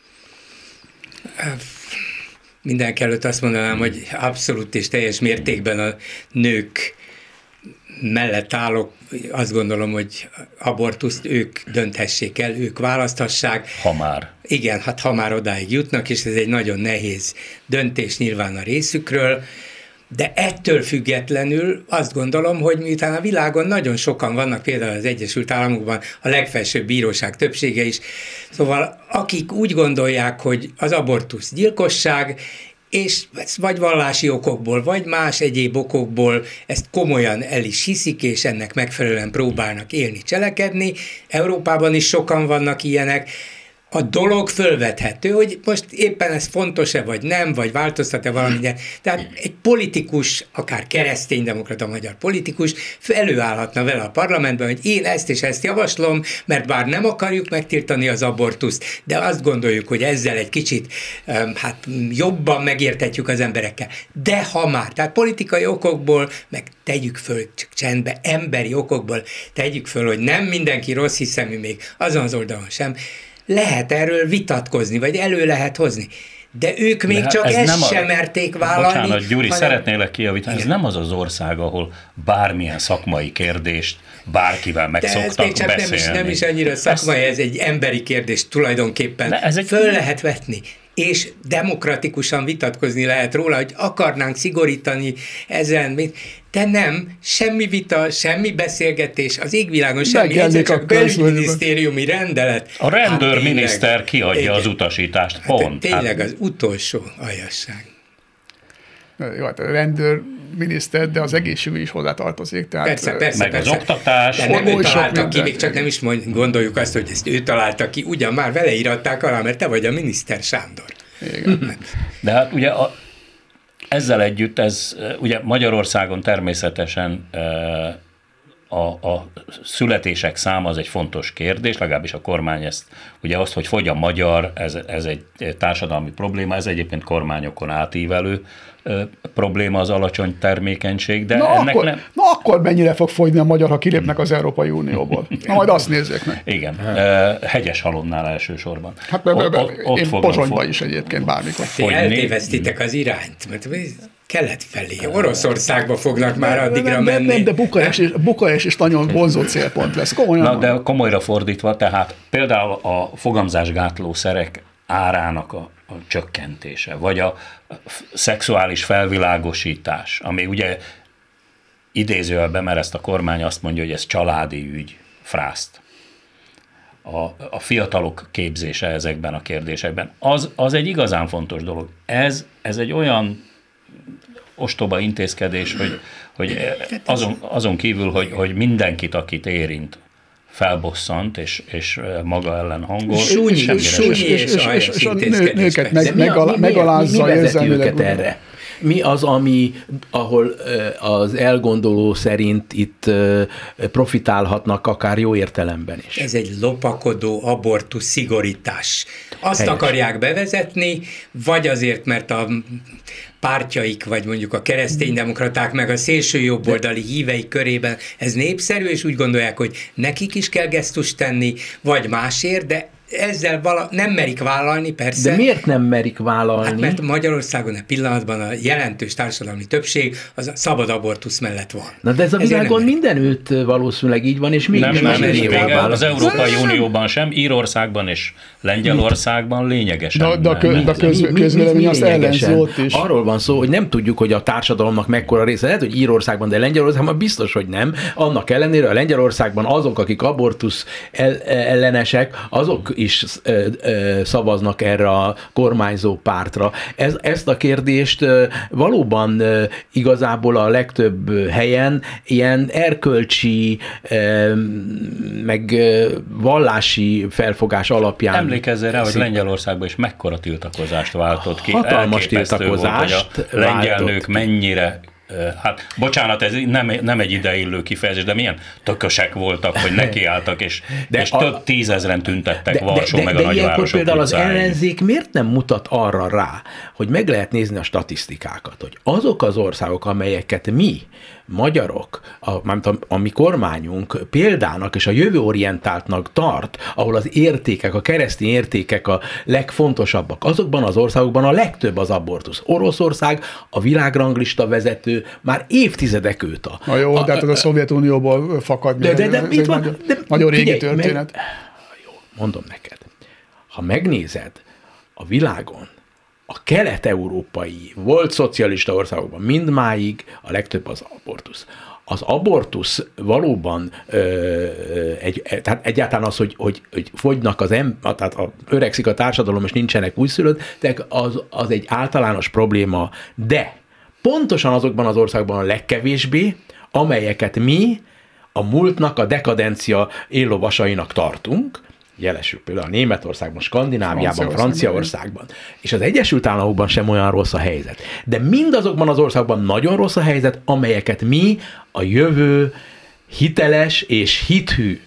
Mindenek előtt azt mondanám, hogy abszolút és teljes mértékben a nők mellett állok, azt gondolom, hogy abortuszt ők dönthessék el, ők választhassák. Ha már. Igen, hát ha már odáig jutnak, és ez egy nagyon nehéz döntés nyilván a részükről, de ettől függetlenül azt gondolom, hogy miután a világon nagyon sokan vannak, például az Egyesült Államokban a legfelsőbb bíróság többsége is, szóval akik úgy gondolják, hogy az abortusz gyilkosság, és vagy vallási okokból, vagy más egyéb okokból ezt komolyan el is hiszik, és ennek megfelelően próbálnak élni, cselekedni. Európában is sokan vannak ilyenek. A dolog fölvethető, hogy most éppen ez fontos-e, vagy nem, vagy változtat-e valamit. Tehát egy politikus, akár kereszténydemokrata magyar politikus előállhatna vele a parlamentben, hogy én ezt és ezt javaslom, mert bár nem akarjuk megtiltani az abortuszt, de azt gondoljuk, hogy ezzel egy kicsit hát jobban megértetjük az emberekkel. De ha már, tehát politikai okokból, meg tegyük föl, csak csendbe, emberi okokból tegyük föl, hogy nem mindenki rossz hiszemű még azon az oldalon sem, lehet erről vitatkozni, vagy elő lehet hozni. De ők még De csak ez ezt sem a... merték vállalni. Bocsánat, Gyuri, hanem... szeretnélek kijavítani, ez Igen. nem az az ország, ahol bármilyen szakmai kérdést bárkivel meg De szoktak ez csak beszélni. Nem is, nem is annyira szakmai, ez... ez egy emberi kérdés tulajdonképpen. Ez egy... Föl lehet vetni. És demokratikusan vitatkozni lehet róla, hogy akarnánk szigorítani ezen, de nem, semmi vita, semmi beszélgetés, az égvilágon semmi, egyszer csak belügyminisztériumi rendelet. A rendőrminiszter hát kiadja igen. az utasítást, pont. Hát tényleg hát... az utolsó aljasság. Jó, hát a rendőrminiszter, de az egészségügy is hozzá tartozik. Tehát persze, persze. Meg persze. az oktatás. De nem ő találta ki, még csak nem is mond, gondoljuk azt, hogy ezt ő találta ki, ugyan már vele íratták alá, mert te vagy a miniszter, Sándor. Igen. De hát ugye a, ezzel együtt ez ugye Magyarországon természetesen a, a születések száma az egy fontos kérdés, legalábbis a kormány ezt, ugye azt, hogy fogy a magyar, ez, ez egy társadalmi probléma, ez egyébként kormányokon átívelő probléma az alacsony termékenység, de na ennek akkor, nem... Na akkor mennyire fog fogyni a magyar, ha kilépnek az Európai Unióból? Na majd azt nézzék meg. Igen, Hegyeshalomnál elsősorban. Hát be, be, be, ott, ott én Pozsonyba is egyébként bármikor. Ti eltévesztitek az irányt, mert kelet felé, Oroszországba fognak már addigra menni. Nem, de Bukarest is, Bukarest is nagyon vonzó célpont lesz. Komolyan Na, de komolyra fordítva, tehát például a fogamzásgátló szerek árának a, a csökkentése, vagy a szexuális felvilágosítás, ami ugye idézőjelben, mert ezt a kormány azt mondja, hogy ez családi ügy, frászt. A, a fiatalok képzése ezekben a kérdésekben, az, az egy igazán fontos dolog. Ez, ez egy olyan ostoba intézkedés, hogy, hogy azon, azon kívül, hogy, hogy mindenkit, akit érint, felbosszant, és, és maga ellen hangol. Súnyi, súnyi és, és, és, és a nő, nőket meg, megal, megalázza. Mi, mi vezeti őket erre? Mi az, ami, ahol az elgondoló szerint itt profitálhatnak akár jó értelemben is? Ez egy lopakodó abortusz szigorítás. Azt Helyes. akarják bevezetni, vagy azért, mert a pártjaik, vagy mondjuk a kereszténydemokraták, meg a szélső jobboldali hívei körében ez népszerű, és úgy gondolják, hogy nekik is kell gesztust tenni, vagy másért, de ezzel vala, nem merik vállalni, persze. De miért nem merik vállalni? Hát mert Magyarországon a pillanatban a jelentős társadalmi többség az a szabad abortusz mellett van. Na de ez a világon mindenütt valószínűleg így van, és mégis nem, nem, nem, az Európai Unióban sem, Írországban és Lengyelországban lényegesen. De, de a, kö, de a köz, közvélemény azt ellenzi ott is. Arról van szó, hogy nem tudjuk, hogy a társadalomnak mekkora része. Lehet, hogy Írországban, de Lengyelországban biztos, hogy nem. Annak ellenére a Lengyelországban azok, akik abortusz ellenesek, azok is ö, ö, szavaznak erre a kormányzó pártra. Ez, ezt a kérdést ö, valóban ö, igazából a legtöbb helyen ilyen erkölcsi, ö, meg ö, vallási felfogás alapján. Emlékezzel rá, hogy Lengyelországban is mekkora tiltakozást váltott ki. Hatalmas tiltakozást volt, hogy a lengyel nők mennyire. Hát, bocsánat, ez nem, nem egy ideillő kifejezés, de milyen tökösek voltak, hogy nekiálltak, és, és a, több tízezren tüntettek Varsó meg a nagyvárosok. De ilyenkor például az ellenzék miért nem mutat arra rá, hogy meg lehet nézni a statisztikákat, hogy azok az országok, amelyeket mi, magyarok, a, a, a mi kormányunk példának és a jövőorientáltnak tart, ahol az értékek, a keresztény értékek a legfontosabbak, azokban az országokban a legtöbb az abortusz. Oroszország a világranglista vezető már évtizedek óta. Na jó, a, de hát ez a Szovjetunióból fakad. De, de, de, de mit van? Nagyon, de, nagyon régi figyelj, történet. Meg, jó, mondom neked. Ha megnézed a világon, a kelet-európai, volt szocialista országokban mindmáig a legtöbb az abortusz. Az abortusz valóban ö, egy, tehát egyáltalán az, hogy, hogy, hogy fogynak az ember, tehát a, öregszik a társadalom, és nincsenek újszülöttek, az, az egy általános probléma, de pontosan azokban az országban a legkevésbé, amelyeket mi a múltnak, a dekadencia éllovasainak tartunk, jelesül például Németországban, Skandináviában, Franciaországban, és az Egyesült Államokban sem olyan rossz a helyzet. De mindazokban az országban nagyon rossz a helyzet, amelyeket mi a jövő hiteles és hithű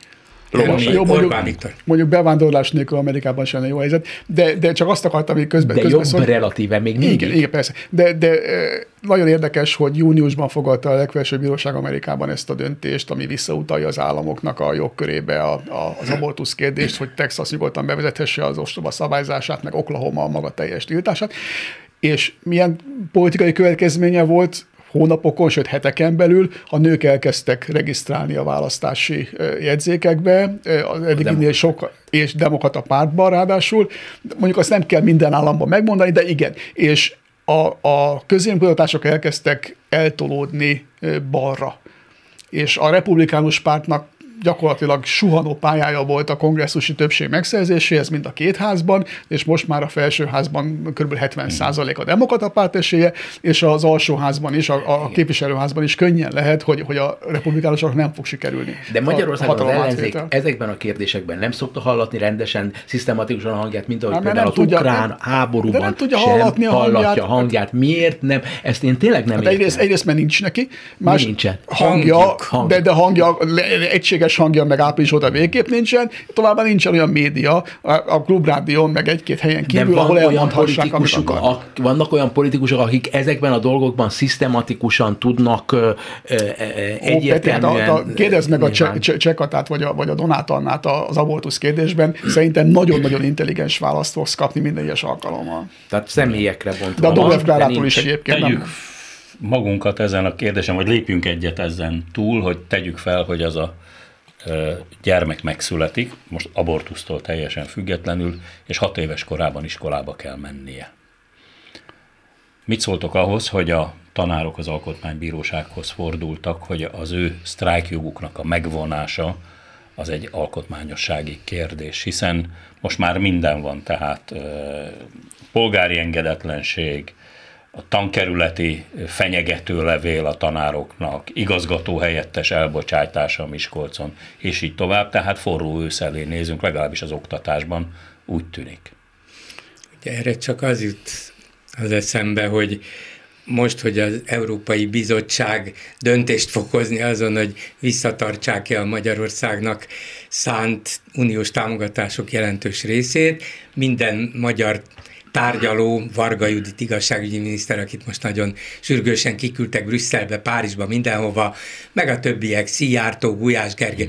Jó, mondjuk, mondjuk bevándorlás nélkül Amerikában sem jó helyzet, de, de csak azt akartam, hogy közben... De közben jobb szól... relatíve még mindig. Igen, igen, persze. De, de nagyon érdekes, hogy júniusban fogadta a legfelsőbb bíróság Amerikában ezt a döntést, ami visszautalja az államoknak a jogkörébe a, a, az abortusz kérdést, hogy Texas nyugodtan bevezethesse az ostoba szabályzását, meg Oklahoma a maga teljes tiltását. És milyen politikai következménye volt hónapokon, sőt heteken belül a nők elkezdtek regisztrálni a választási jegyzékekbe, az eddiginél sok, és demokrata pártban ráadásul. Mondjuk azt nem kell minden államban megmondani, de igen. És a, a közvéleménykutatások elkezdtek eltolódni balra. És a republikánus pártnak gyakorlatilag suhanó pályája volt a kongresszusi többség megszerzéséhez, mind a két házban, és most már a felsőházban kb. hetven százalék a demokrata párt esélye, és az alsóházban is, a, a képviselőházban is könnyen lehet, hogy, hogy a republikánusok nem fog sikerülni. De Magyarországon az ellenzék ezekben a kérdésekben nem szokta hallatni rendesen, szisztematikusan a hangját, mint ahogy például az tudja, ukrán háborúban nem tudja sem hallatni a hallatja hangját. a hangját. Miért nem? Ezt én tényleg nem hát értem. Egyrészt, egyrészt, mert nincs neki. Más nincsen. Hangja, hangja. De, de hangja, egységes hangja meg április óta végképp nincsen, továbbá nincsen olyan média a Klubrádión, meg egy-két helyen kívül, ahol elmondhassák, amit akar. Vannak olyan politikusok, akik ezekben a dolgokban szisztematikusan tudnak ö, ö, egyértelműen... Ó, Peti, kérdezd meg nyilván. a Csekatát, vagy a, vagy a Donát Annát az abortusz kérdésben, szerintem nagyon-nagyon intelligens választ fogsz kapni minden egyes alkalommal. Tehát személyekre bontva. De a Dobrev Klárától is egyébként tegyük nem. magunkat ezen a kérdésen, vagy lépjünk egyet ezen túl, hogy tegyük fel, hogy az a gyermek megszületik, most abortusztól teljesen függetlenül, és hat éves korában iskolába kell mennie. Mit szóltok ahhoz, hogy a tanárok az alkotmánybírósághoz fordultak, hogy az ő sztrájkjoguknak a megvonása az egy alkotmányossági kérdés, hiszen most már minden van, tehát polgári engedetlenség, a tankerületi fenyegető levél a tanároknak, igazgató helyettes elbocsátása Miskolcon, és így tovább, tehát forró ősz elé nézünk, legalábbis az oktatásban úgy tűnik. Ugye erre csak az jut az eszembe, hogy most, hogy az Európai Bizottság döntést fog hozni azon, hogy visszatartsák-e a Magyarországnak szánt uniós támogatások jelentős részét, minden magyar tárgyaló, Varga Judit igazságügyi miniszter, akit most nagyon sürgősen kiküldtek Brüsszelbe, Párizsba, mindenhova, meg a többiek, Szijjártó, Gulyás Gergely,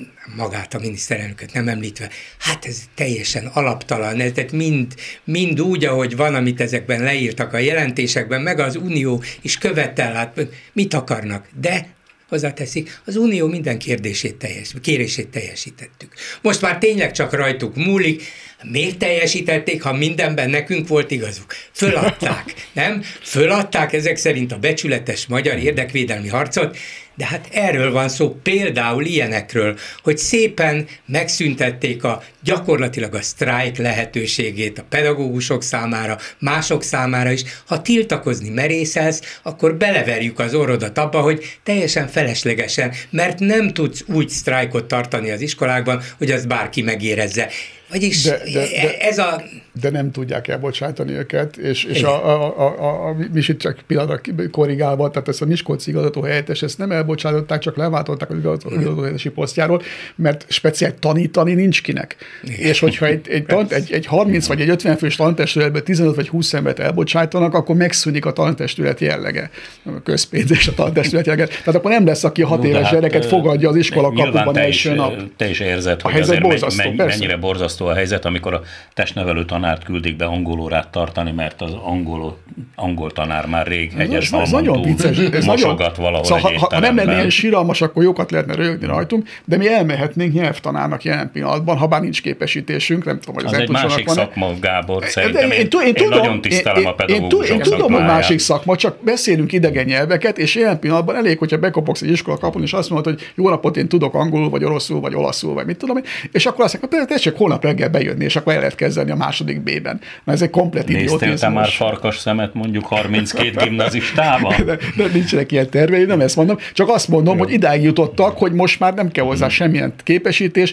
magát a miniszterelnököt nem említve, hát ez teljesen alaptalan, ez tehát mind, mind úgy, ahogy van, amit ezekben leírtak a jelentésekben, meg az Unió is követel, hát mit akarnak, de hozzáteszik, az Unió minden kérdését teljes, kérését teljesítettük. Most már tényleg csak rajtuk múlik, miért teljesítették, ha mindenben nekünk volt igazuk? Föladták, nem? Föladták ezek szerint a becsületes magyar érdekvédelmi harcot, de hát erről van szó, például ilyenekről, hogy szépen megszüntették a gyakorlatilag a sztrájk lehetőségét a pedagógusok számára, mások számára is. Ha tiltakozni merészelsz, akkor beleverjük az orrodat abba, hogy teljesen feleslegesen, mert nem tudsz úgy sztrájkot tartani az iskolákban, hogy azt bárki megérezze. Vagyis de, de, de, ez a... De nem tudják elbocsátani őket, és, és a, a, a, a, a Misit csak pillanatra korrigálva, tehát ezt a Miskolci igazgató helyettes, ezt nem elbocsátották, csak leváltották az igazgató helyettesi posztjáról, mert speciál tanítani nincs kinek. Igen. És hogyha egy, egy, tant, egy, egy harminc vagy egy ötven fős tantestületben tizenöt vagy húsz embert elbocsájtanak, akkor megszűnik a tantestület jellege, a közpénz és a tantestület jellege. Tehát akkor nem lesz, aki hat éves hát, gyereket fogadja az iskola kapuban első nap. Te is érzed, hogy azért borzasztó, mennyire borzasztó a helyzet, amikor a testnevelő tanárt küldik be angolórát tartani, mert az angol, angol tanár már rég hegyes halmon túl mosogat valahol szóval, egy ha, ha nem lenne ilyen síralmas, akkor jókat lehetne röhögni rajtunk, de mi elmehetnénk nyelvtanárnak jelen pillanatban, ha bár nincs képesítésünk, nem tudom, hogy az, az egy másik van. Szakma, Gábor, szerintem. Én, én, én, én, én nagyon tisztelem a pedagógusok Én, én, én tudom, hogy másik szakma, csak beszélünk idegen nyelveket, és jelen pillanatban elég, hogyha bekopogsz egy iskola kapun, és azt mondod, hogy jó napot, én tudok angolul, vagy oroszul, vagy olaszul, vagy mit tudom, és akkor azt mondja, hogy tessék holnap reggel bejönni, és akkor el lehet kezdeni a második B-ben. Na ez egy komplet idiotizmus. Néztél te már farkas szemet mondjuk harminckét gimnazistával? De, de nincsenek ilyen tervei, nem ezt mondom. Csak azt mondom, jó, hogy idáig jutottak, hogy most már nem kell hozzá semmilyen képesítés.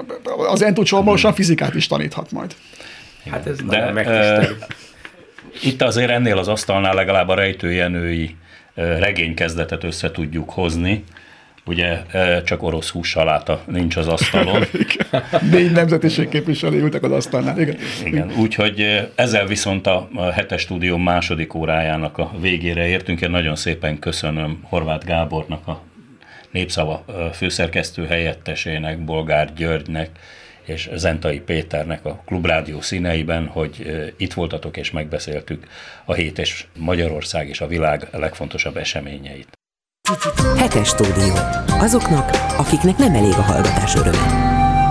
Az Entucs hamarosan fizikát is taníthat majd. Hát ez de, nagyon megtisztelő. Uh, itt azért ennél az asztalnál legalább a rejtőjenői uh, regénykezdetet össze tudjuk hozni. Ugye csak orosz hússaláta nincs az asztalon. Négy nemzetiség képviselő ültek az asztalnál. Igen, Igen. Úgyhogy ezzel viszont a hetes stúdió második órájának a végére értünk. Én nagyon szépen köszönöm Horváth Gábornak, a Népszava főszerkesztő helyettesének, Bolgár Györgynek és Zentai Péternek a Klubrádió színeiben, hogy itt voltatok és megbeszéltük a hét és Magyarország és a világ legfontosabb eseményeit. Hetes stúdió. Azoknak, akiknek nem elég a hallgatás öröme.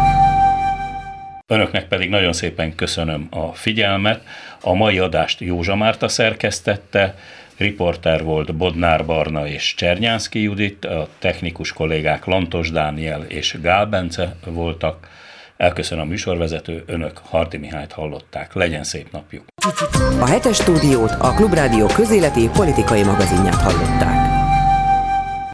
Önöknek pedig nagyon szépen köszönöm a figyelmet. A mai adást Józsa Márta szerkesztette, riporter volt Bodnár Barna és Csernyánszky Judit, a technikus kollégák Lantos Dániel és Gál Bence voltak. Elköszönöm a műsorvezető, önök Hardy Mihályt hallották. Legyen szép napjuk! A hetes stúdiót a Klubrádió közéleti politikai magazinját hallották.